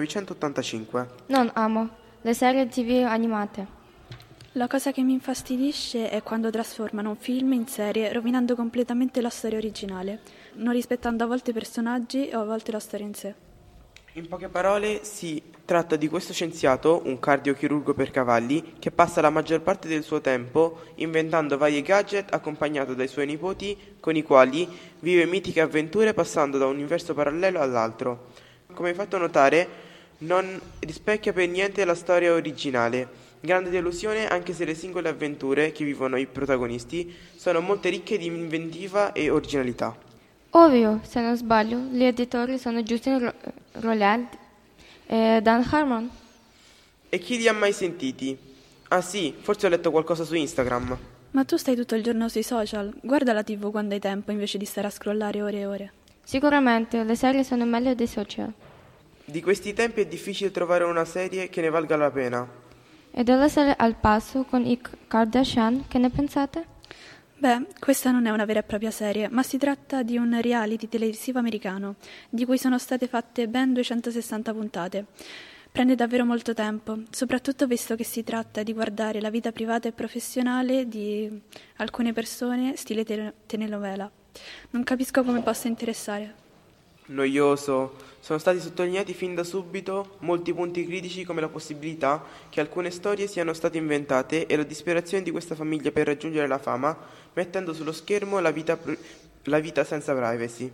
1985. Non amo le serie TV animate. La cosa che mi infastidisce è quando trasformano un film in serie, rovinando completamente la storia originale, non rispettando a volte i personaggi o a volte la storia in sé. In poche parole, si tratta di questo scienziato, un cardiochirurgo per cavalli, che passa la maggior parte del suo tempo inventando vari gadget accompagnato dai suoi nipoti, con i quali vive mitiche avventure passando da un universo parallelo all'altro. Come hai fatto notare, non rispecchia per niente la storia originale. Grande delusione anche se le singole avventure che vivono i protagonisti sono molto ricche di inventiva e originalità. Ovvio, se non sbaglio, gli editori sono Justin Roiland e Dan Harmon. E chi li ha mai sentiti? Ah sì, forse ho letto qualcosa su Instagram. Ma tu stai tutto il giorno sui social, guarda la TV quando hai tempo invece di stare a scrollare ore e ore. Sicuramente, le serie sono meglio dei social. Di questi tempi è difficile trovare una serie che ne valga la pena. E dell'essere al passo con i Kardashian, che ne pensate? Beh, questa non è una vera e propria serie, ma si tratta di un reality televisivo americano, di cui sono state fatte ben 260 puntate. Prende davvero molto tempo, soprattutto visto che si tratta di guardare la vita privata e professionale di alcune persone, stile telenovela. Non capisco come possa interessare. Noioso. Sono stati sottolineati fin da subito molti punti critici come la possibilità che alcune storie siano state inventate e la disperazione di questa famiglia per raggiungere la fama, mettendo sullo schermo la vita senza privacy.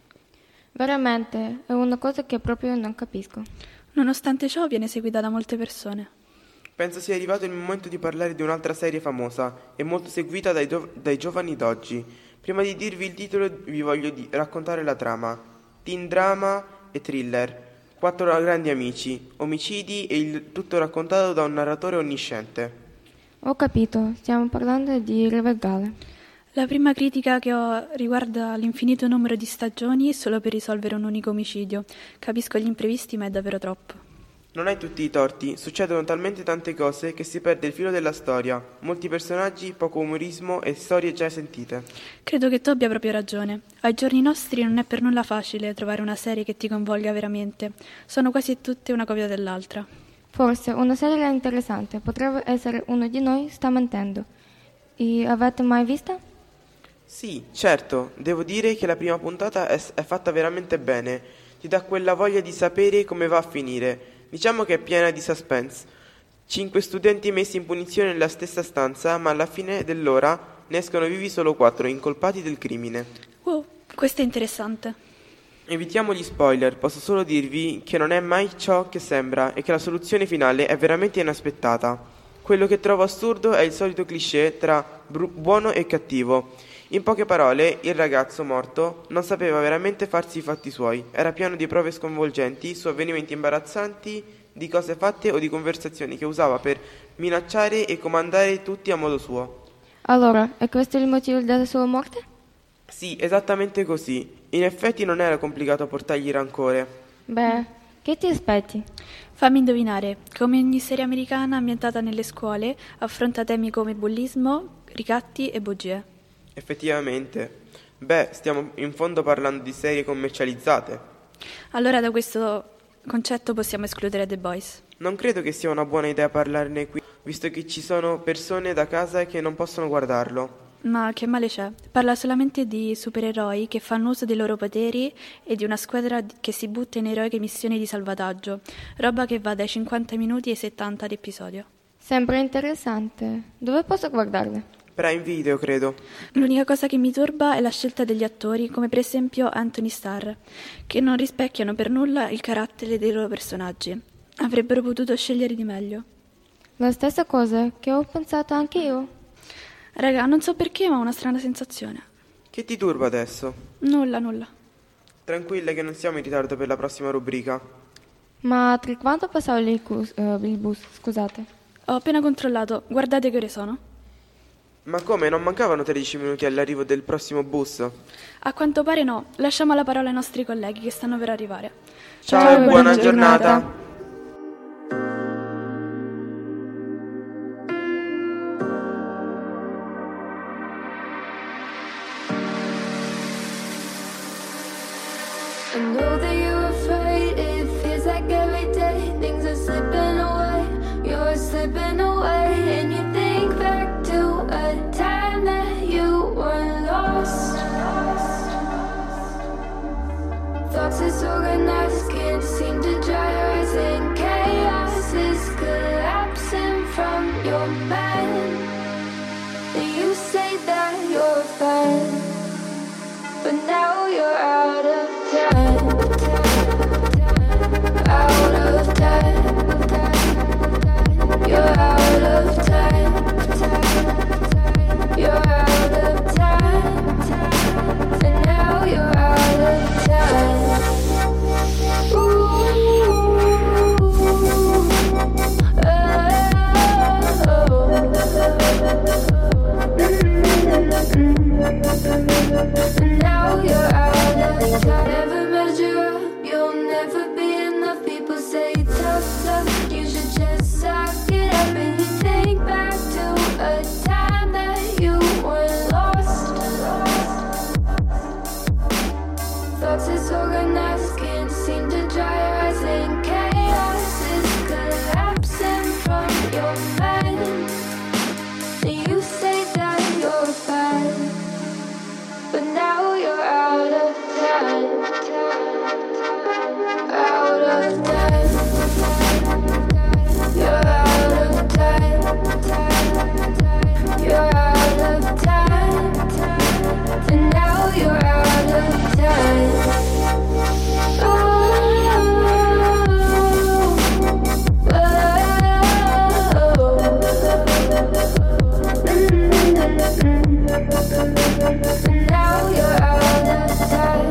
Veramente, è una cosa che proprio non capisco. Nonostante ciò viene seguita da molte persone. Penso sia arrivato il momento di parlare di un'altra serie famosa e molto seguita dai giovani d'oggi. Prima di dirvi il titolo vi voglio raccontare la trama. Teen drama e thriller, 4 grandi amici, omicidi e il tutto raccontato da un narratore onnisciente. Ho capito, stiamo parlando di Riverdale. La prima critica che ho riguarda l'infinito numero di stagioni solo per risolvere un unico omicidio. Capisco gli imprevisti, ma è davvero troppo. Non hai tutti i torti, succedono talmente tante cose che si perde il filo della storia, molti personaggi, poco umorismo e storie già sentite. Credo che tu abbia proprio ragione. Ai giorni nostri non è per nulla facile trovare una serie che ti coinvolga veramente. Sono quasi tutte una copia dell'altra. Forse una serie interessante potrebbe essere Uno di noi sta mentendo. E avete mai vista? Sì, certo, devo dire che la prima puntata è fatta veramente bene, ti dà quella voglia di sapere come va a finire. Diciamo che è piena di suspense. 5 studenti messi in punizione nella stessa stanza, ma alla fine dell'ora ne escono vivi solo 4, incolpati del crimine. Wow, questo è interessante. Evitiamo gli spoiler, posso solo dirvi che non è mai ciò che sembra e che la soluzione finale è veramente inaspettata. Quello che trovo assurdo è il solito cliché tra buono e cattivo. In poche parole, il ragazzo morto non sapeva veramente farsi i fatti suoi, era pieno di prove sconvolgenti su avvenimenti imbarazzanti, di cose fatte o di conversazioni che usava per minacciare e comandare tutti a modo suo. Allora, è questo il motivo della sua morte? Sì, esattamente così. In effetti non era complicato portargli rancore. Beh, Che ti aspetti? Fammi indovinare, come ogni serie americana ambientata nelle scuole, affronta temi come bullismo, ricatti e bugie. Effettivamente. Beh, stiamo in fondo parlando di serie commercializzate. Allora da questo concetto possiamo escludere The Boys. Non credo che sia una buona idea parlarne qui, visto che ci sono persone da casa che non possono guardarlo. Ma che male c'è? Parla solamente di supereroi che fanno uso dei loro poteri e di una squadra che si butta in eroiche missioni di salvataggio, roba che va dai 50 minuti ai 70 d'episodio. Sembra interessante. Dove posso guardarle? Prime Video, credo. L'unica cosa che mi turba è la scelta degli attori, come per esempio Anthony Starr, che non rispecchiano per nulla il carattere dei loro personaggi. Avrebbero potuto scegliere di meglio. La stessa cosa che ho pensato anche io. Raga, non so perché, ma ho una strana sensazione. Che ti turba adesso? Nulla. Tranquilla che non siamo in ritardo per la prossima rubrica. Ma tra quanto passava il bus, scusate? Ho appena controllato, guardate che ore sono. Ma come, non mancavano 13 minuti all'arrivo del prossimo bus? A quanto pare no, lasciamo la parola ai nostri colleghi che stanno per arrivare. Ciao e buona giornata. I know that you're afraid, it feels like every day things are slipping away, you're slipping away, and you think back to a time that you were lost. Thoughts disorganized, can't seem to dry your eyes, and chaos is collapsing from your mind. And you say that you're fine, but now you're out of time, out of time, you're out of time, you're out of time, and now you're out of time. Now you're out of time. Never measure up, you'll never be enough. People say tough love, you should just suck it up. And you think back to a time that you were lost. Thoughts disorganized, can't seem to dry your eyes, and chaos is collapsing from your mind. And you say that you're fine, but now you're out of time, out of time, you're out of time, you're out of time, and now you're out of time. Now you're out of time.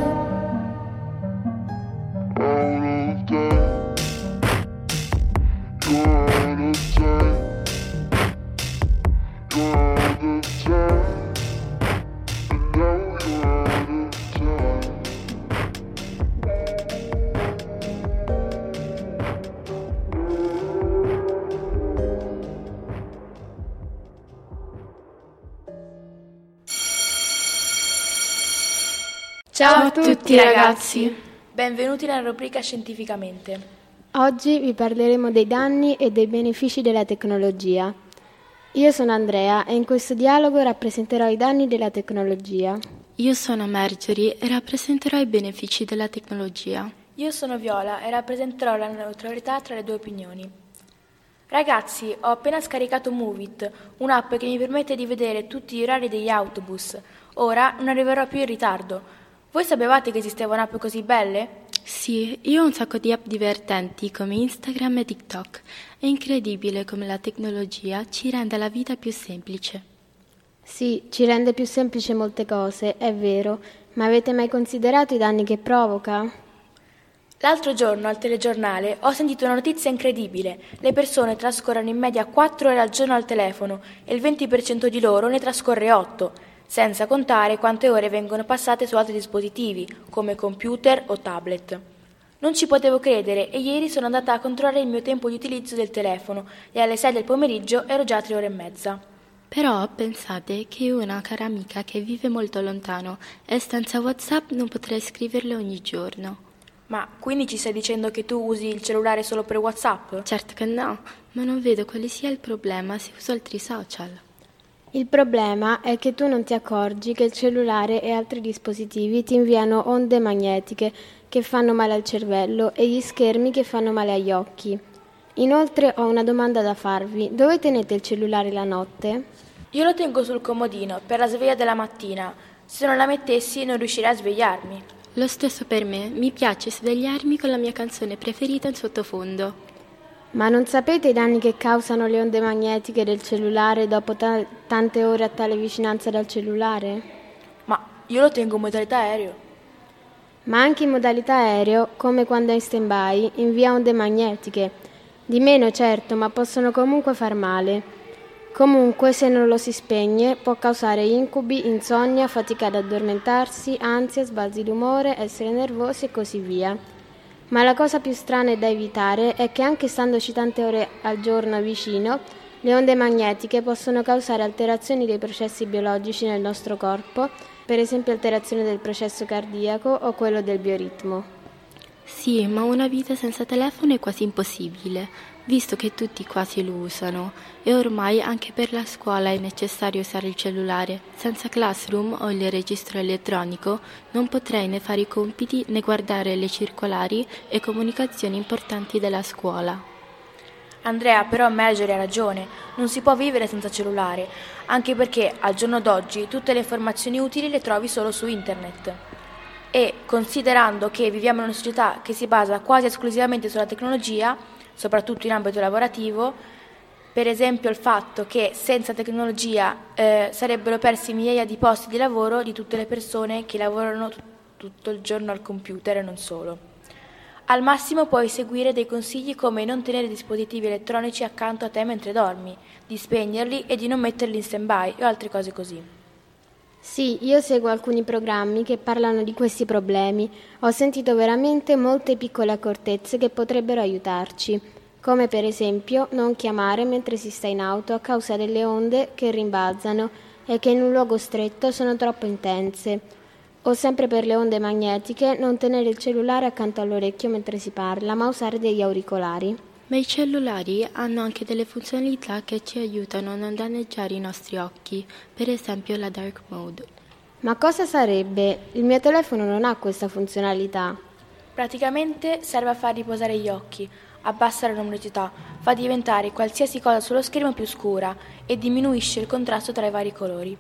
Ciao a tutti ragazzi. Benvenuti nella rubrica Scientificamente. Oggi vi parleremo dei danni e dei benefici della tecnologia. Io sono Andrea e in questo dialogo rappresenterò i danni della tecnologia. Io sono Marjorie e rappresenterò i benefici della tecnologia. Io sono Viola e rappresenterò la neutralità tra le due opinioni. Ragazzi, ho appena scaricato Movit, un'app che mi permette di vedere tutti gli orari degli autobus. Ora non arriverò più in ritardo. Voi sapevate che esistevano app così belle? Sì, io ho un sacco di app divertenti come Instagram e TikTok. È incredibile come la tecnologia ci renda la vita più semplice. Sì, ci rende più semplice molte cose, è vero, ma avete mai considerato i danni che provoca? L'altro giorno al telegiornale ho sentito una notizia incredibile. Le persone trascorrono in media 4 ore al giorno al telefono e il 20% di loro ne trascorre 8. Senza contare quante ore vengono passate su altri dispositivi, come computer o tablet. Non ci potevo credere e ieri sono andata a controllare il mio tempo di utilizzo del telefono e alle 6 del pomeriggio ero già a 3 ore e mezza. Però pensate che ho una cara amica che vive molto lontano e senza WhatsApp non potrei scriverle ogni giorno. Ma quindi ci stai dicendo che tu usi il cellulare solo per WhatsApp? Certo che no, ma non vedo quale sia il problema se uso altri social. Il problema è che tu non ti accorgi che il cellulare e altri dispositivi ti inviano onde magnetiche che fanno male al cervello e gli schermi che fanno male agli occhi. Inoltre ho una domanda da farvi. Dove tenete il cellulare la notte? Io lo tengo sul comodino per la sveglia della mattina. Se non la mettessi non riuscirei a svegliarmi. Lo stesso per me, mi piace svegliarmi con la mia canzone preferita in sottofondo. Ma non sapete i danni che causano le onde magnetiche del cellulare dopo tante ore a tale vicinanza dal cellulare? Ma io lo tengo in modalità aereo. Ma anche in modalità aereo, come quando è in stand-by, invia onde magnetiche. Di meno certo, ma possono comunque far male. Comunque, se non lo si spegne, può causare incubi, insonnia, fatica ad addormentarsi, ansia, sbalzi d'umore, essere nervosi e così via. Ma la cosa più strana e da evitare è che anche standoci tante ore al giorno vicino, le onde magnetiche possono causare alterazioni dei processi biologici nel nostro corpo, per esempio alterazione del processo cardiaco o quello del bioritmo. Sì, ma una vita senza telefono è quasi impossibile, visto che tutti quasi lo usano e ormai anche per la scuola è necessario usare il cellulare. Senza Classroom o il registro elettronico non potrei né fare i compiti né guardare le circolari e comunicazioni importanti della scuola. Andrea, però Marjorie ha ragione, non si può vivere senza cellulare, anche perché al giorno d'oggi tutte le informazioni utili le trovi solo su internet. E considerando che viviamo in una società che si basa quasi esclusivamente sulla tecnologia, soprattutto in ambito lavorativo, per esempio il fatto che senza tecnologia sarebbero persi migliaia di posti di lavoro di tutte le persone che lavorano tutto il giorno al computer e non solo. Al massimo puoi seguire dei consigli come non tenere dispositivi elettronici accanto a te mentre dormi, di spegnerli e di non metterli in stand-by o altre cose così. Sì, io seguo alcuni programmi che parlano di questi problemi. Ho sentito veramente molte piccole accortezze che potrebbero aiutarci, come per esempio non chiamare mentre si sta in auto a causa delle onde che rimbalzano e che in un luogo stretto sono troppo intense. O sempre per le onde magnetiche non tenere il cellulare accanto all'orecchio mentre si parla, ma usare degli auricolari. Ma i cellulari hanno anche delle funzionalità che ci aiutano a non danneggiare i nostri occhi, per esempio la dark mode. Ma cosa sarebbe? Il mio telefono non ha questa funzionalità. Praticamente serve a far riposare gli occhi, abbassa la luminosità, fa diventare qualsiasi cosa sullo schermo più scura e diminuisce il contrasto tra i vari colori.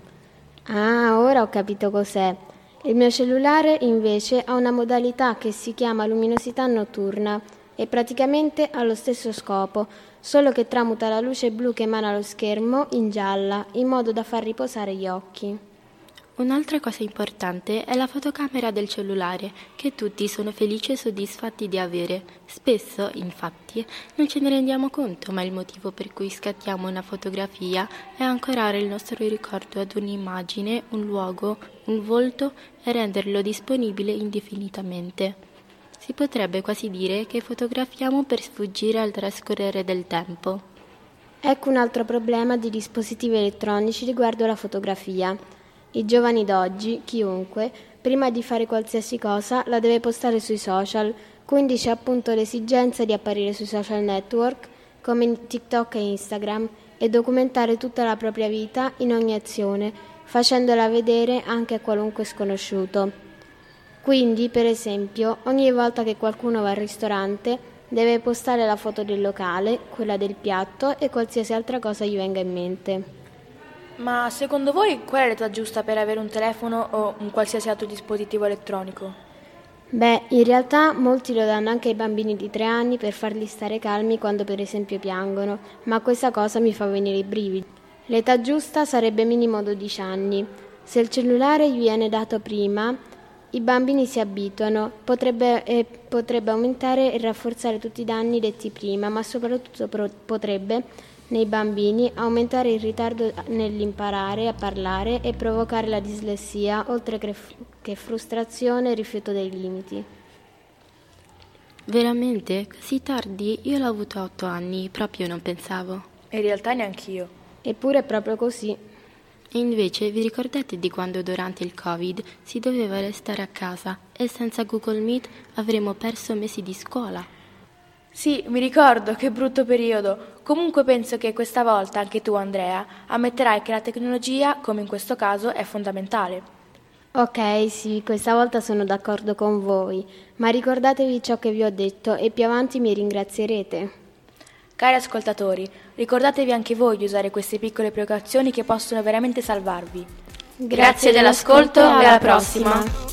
Ah, ora ho capito cos'è. Il mio cellulare invece ha una modalità che si chiama luminosità notturna e praticamente ha lo stesso scopo, solo che tramuta la luce blu che emana lo schermo in gialla, in modo da far riposare gli occhi. Un'altra cosa importante è la fotocamera del cellulare, che tutti sono felici e soddisfatti di avere. Spesso, infatti, non ce ne rendiamo conto, ma il motivo per cui scattiamo una fotografia è ancorare il nostro ricordo ad un'immagine, un luogo, un volto e renderlo disponibile indefinitamente. Si potrebbe quasi dire che fotografiamo per sfuggire al trascorrere del tempo. Ecco un altro problema di dispositivi elettronici riguardo la fotografia. I giovani d'oggi, chiunque, prima di fare qualsiasi cosa la deve postare sui social, quindi c'è appunto l'esigenza di apparire sui social network come TikTok e Instagram e documentare tutta la propria vita in ogni azione, facendola vedere anche a qualunque sconosciuto. Quindi, per esempio, ogni volta che qualcuno va al ristorante deve postare la foto del locale, quella del piatto e qualsiasi altra cosa gli venga in mente. Ma secondo voi qual è l'età giusta per avere un telefono o un qualsiasi altro dispositivo elettronico? Beh, in realtà molti lo danno anche ai bambini di 3 anni per farli stare calmi quando per esempio piangono, ma questa cosa mi fa venire i brividi. L'età giusta sarebbe minimo 12 anni. Se il cellulare gli viene dato prima, i bambini si abituano, potrebbe aumentare e rafforzare tutti i danni detti prima, ma soprattutto potrebbe nei bambini aumentare il ritardo nell'imparare a parlare e provocare la dislessia, oltre che frustrazione e rifiuto dei limiti. Veramente? Così tardi? Io l'ho avuto a 8 anni, proprio non pensavo. In realtà neanch'io. Eppure è proprio così. E invece vi ricordate di quando durante il Covid si doveva restare a casa e senza Google Meet avremmo perso mesi di scuola? Sì, mi ricordo, che brutto periodo. Comunque penso che questa volta anche tu, Andrea, ammetterai che la tecnologia, come in questo caso, è fondamentale. Ok, sì, questa volta sono d'accordo con voi, ma ricordatevi ciò che vi ho detto e più avanti mi ringrazierete. Cari ascoltatori, ricordatevi anche voi di usare queste piccole precauzioni che possono veramente salvarvi. Grazie dell'ascolto e alla prossima.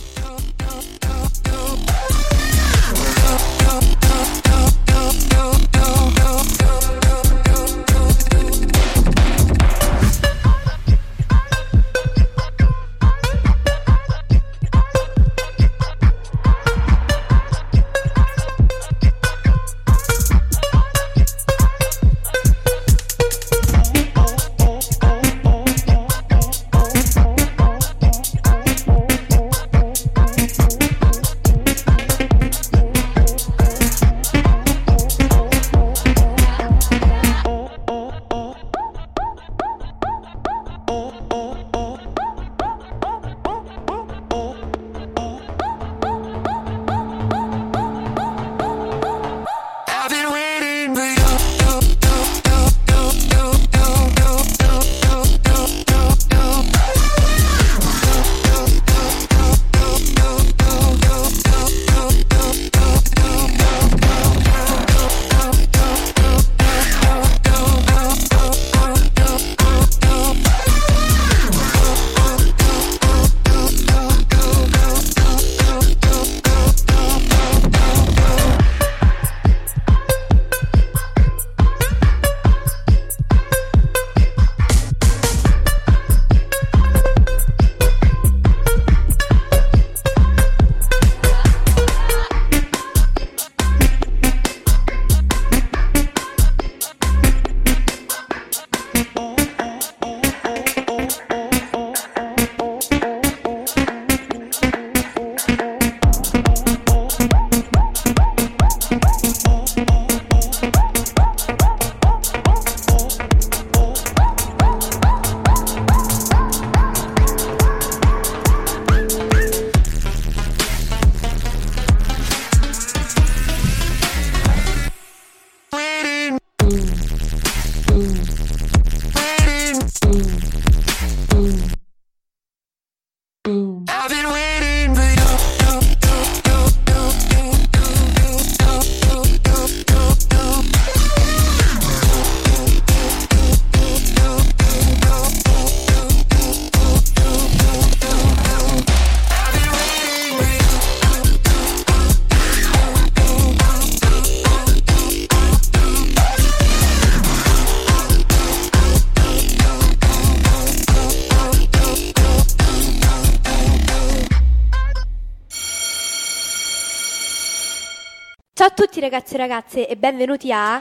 Ciao a tutti ragazzi e ragazze e benvenuti a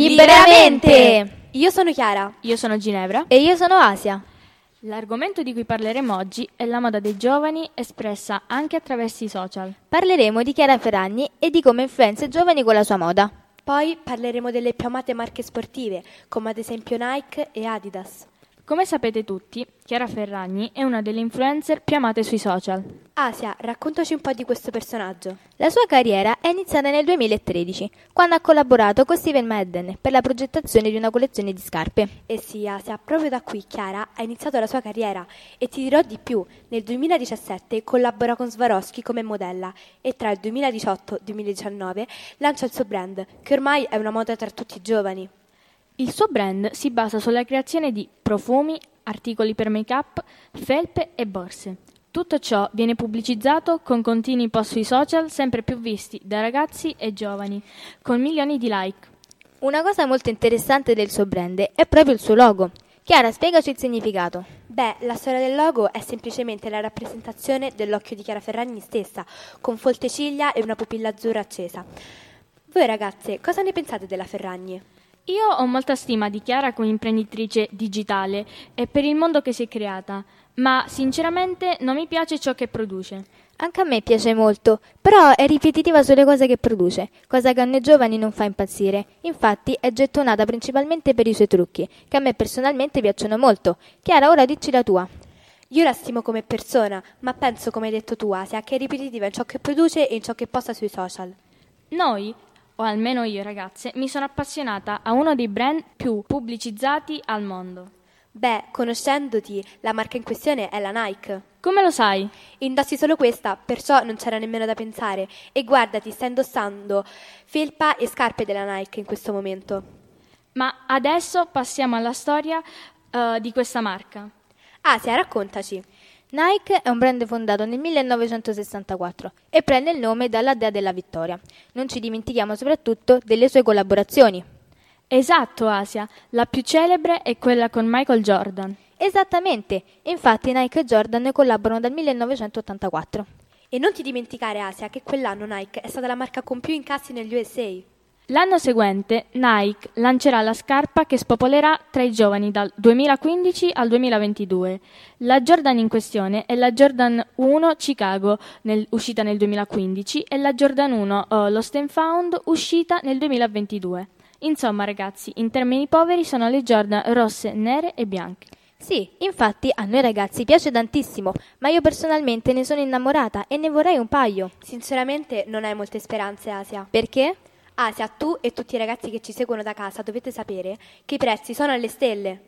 Liberamente! Io sono Chiara. Io sono Ginevra. E io sono Asia. L'argomento di cui parleremo oggi è la moda dei giovani espressa anche attraverso i social. Parleremo di Chiara Ferragni e di come influenza i giovani con la sua moda. Poi parleremo delle più amate marche sportive, come ad esempio Nike e Adidas. Come sapete tutti, Chiara Ferragni è una delle influencer più amate sui social. Asia, raccontaci un po' di questo personaggio. La sua carriera è iniziata nel 2013, quando ha collaborato con Steven Madden per la progettazione di una collezione di scarpe. E sì, Asia, proprio da qui Chiara ha iniziato la sua carriera e ti dirò di più. Nel 2017 collabora con Swarovski come modella e tra il 2018 e il 2019 lancia il suo brand, che ormai è una moda tra tutti i giovani. Il suo brand si basa sulla creazione di profumi, articoli per make-up, felpe e borse. Tutto ciò viene pubblicizzato con continui post sui social sempre più visti da ragazzi e giovani, con milioni di like. Una cosa molto interessante del suo brand è proprio il suo logo. Chiara, spiegaci il significato. Beh, la storia del logo è semplicemente la rappresentazione dell'occhio di Chiara Ferragni stessa, con folte ciglia e una pupilla azzurra accesa. Voi ragazze, cosa ne pensate della Ferragni? Io ho molta stima di Chiara come imprenditrice digitale e per il mondo che si è creata, ma sinceramente non mi piace ciò che produce. Anche a me piace molto, però è ripetitiva sulle cose che produce, cosa che a noi giovani non fa impazzire. Infatti è gettonata principalmente per i suoi trucchi, che a me personalmente piacciono molto. Chiara, ora dici la tua. Io la stimo come persona, ma penso, come hai detto tu, Asia, che è ripetitiva in ciò che produce e in ciò che posta sui social. Noi, o almeno io ragazze, mi sono appassionata a uno dei brand più pubblicizzati al mondo. Beh, conoscendoti, la marca in questione è la Nike. Come lo sai? Indossi solo questa, perciò non c'era nemmeno da pensare. E guardati, sta indossando felpa e scarpe della Nike in questo momento. Ma adesso passiamo alla storia di questa marca. Asia, raccontaci. Nike è un brand fondato nel 1964 e prende il nome dalla dea della vittoria. Non ci dimentichiamo soprattutto delle sue collaborazioni. Esatto, Asia. La più celebre è quella con Michael Jordan. Esattamente, infatti Nike e Jordan collaborano dal 1984. E non ti dimenticare, Asia, che quell'anno Nike è stata la marca con più incassi negli USA. L'anno seguente Nike lancerà la scarpa che spopolerà tra i giovani dal 2015 al 2022. La Jordan in questione è la Jordan 1 Chicago, uscita nel 2015, e la Jordan 1 Lost and Found, uscita nel 2022. Insomma, ragazzi, in termini poveri sono le Jordan rosse, nere e bianche. Sì, infatti a noi ragazzi piace tantissimo, ma io personalmente ne sono innamorata e ne vorrei un paio. Sinceramente non hai molte speranze, Asia. Perché? Asia, tu e tutti i ragazzi che ci seguono da casa dovete sapere che i prezzi sono alle stelle.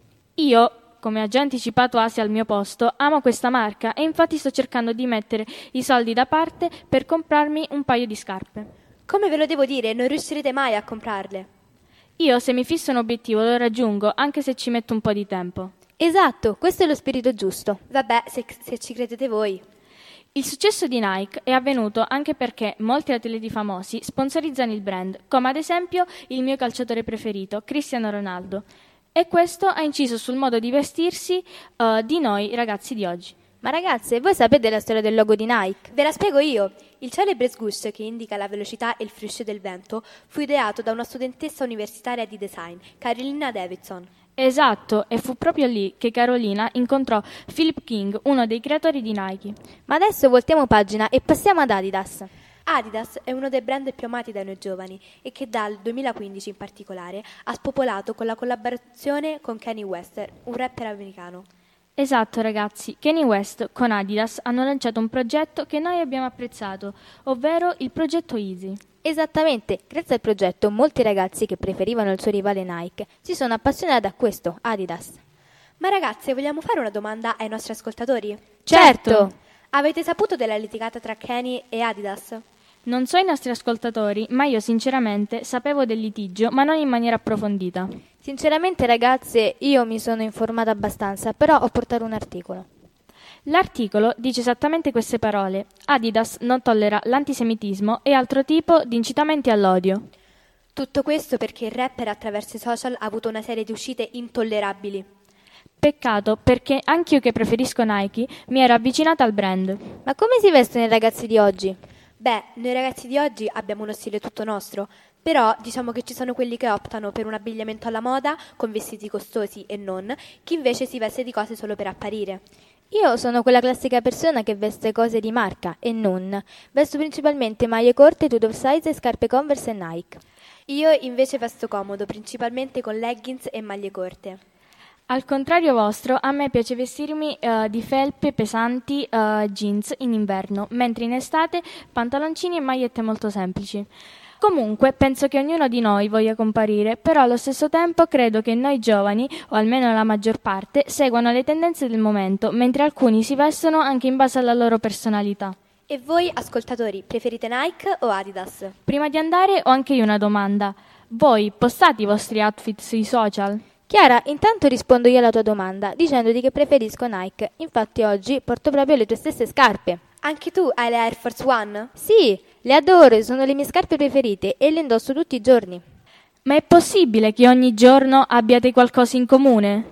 Io, come ha già anticipato Asia al mio posto, amo questa marca e infatti sto cercando di mettere i soldi da parte per comprarmi un paio di scarpe. Come ve lo devo dire, non riuscirete mai a comprarle. Io, se mi fisso un obiettivo, lo raggiungo, anche se ci metto un po' di tempo. Esatto, questo è lo spirito giusto. Vabbè, se ci credete voi. Il successo di Nike è avvenuto anche perché molti atleti famosi sponsorizzano il brand, come ad esempio il mio calciatore preferito, Cristiano Ronaldo. E questo ha inciso sul modo di vestirsi di noi ragazzi di oggi. Ma ragazze, voi sapete la storia del logo di Nike? Ve la spiego io. Il celebre swoosh, che indica la velocità e il fruscio del vento, fu ideato da una studentessa universitaria di design, Carolina Davidson. Esatto, e fu proprio lì che Carolina incontrò Philip King, uno dei creatori di Nike. Ma adesso voltiamo pagina e passiamo ad Adidas. Adidas è uno dei brand più amati dai noi giovani e che dal 2015 in particolare ha spopolato con la collaborazione con Kanye West, un rapper americano. Esatto, ragazzi, Kanye West con Adidas hanno lanciato un progetto che noi abbiamo apprezzato, ovvero il progetto Easy. Esattamente, grazie al progetto molti ragazzi che preferivano il suo rivale Nike si sono appassionati a questo, Adidas. Ma ragazze, vogliamo fare una domanda ai nostri ascoltatori? Certo! Avete saputo della litigata tra Kanye e Adidas? Non so i nostri ascoltatori, ma io sinceramente sapevo del litigio, ma non in maniera approfondita. Sinceramente, ragazze, io mi sono informata abbastanza, però ho portato un articolo. L'articolo dice esattamente queste parole: Adidas non tollera l'antisemitismo e altro tipo di incitamenti all'odio. Tutto questo perché il rapper attraverso i social ha avuto una serie di uscite intollerabili. Peccato, perché anch'io che preferisco Nike mi ero avvicinata al brand. Ma come si vestono i ragazzi di oggi? Beh, noi ragazzi di oggi abbiamo uno stile tutto nostro, però diciamo che ci sono quelli che optano per un abbigliamento alla moda, con vestiti costosi e non, chi invece si veste di cose solo per apparire. Io sono quella classica persona che veste cose di marca e non. Vesto principalmente maglie corte, tutte oversize e scarpe Converse e Nike. Io invece vesto comodo, principalmente con leggings e maglie corte. Al contrario vostro, a me piace vestirmi di felpe pesanti, jeans in inverno, mentre in estate pantaloncini e magliette molto semplici. Comunque, penso che ognuno di noi voglia comparire, però allo stesso tempo credo che noi giovani, o almeno la maggior parte, seguano le tendenze del momento, mentre alcuni si vestono anche in base alla loro personalità. E voi, ascoltatori, preferite Nike o Adidas? Prima di andare ho anche io una domanda. Voi postate i vostri outfit sui social? Chiara, intanto rispondo io alla tua domanda, dicendoti che preferisco Nike. Infatti oggi porto proprio le tue stesse scarpe. Anche tu hai le Air Force One? Sì, le adoro, sono le mie scarpe preferite e le indosso tutti i giorni. Ma è possibile che ogni giorno abbiate qualcosa in comune?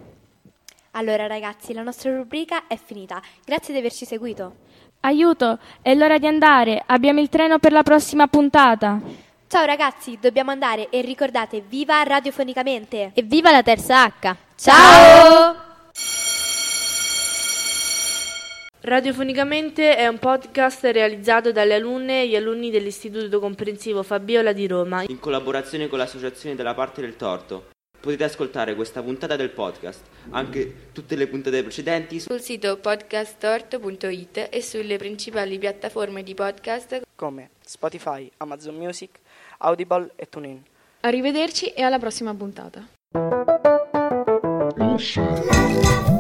Allora ragazzi, la nostra rubrica è finita. Grazie di averci seguito. Aiuto, è l'ora di andare, abbiamo il treno per la prossima puntata. Ciao ragazzi, dobbiamo andare e ricordate, viva radiofonicamente! E viva la terza H! Ciao! Radiofonicamente è un podcast realizzato dalle alunne e gli alunni dell'Istituto Comprensivo Fabiola di Roma, in collaborazione con l'Associazione della Parte del Torto. Potete ascoltare questa puntata del podcast, anche tutte le puntate precedenti, sul sito podcasttorto.it e sulle principali piattaforme di podcast come Spotify, Amazon Music, Audible e TuneIn. Arrivederci e alla prossima puntata.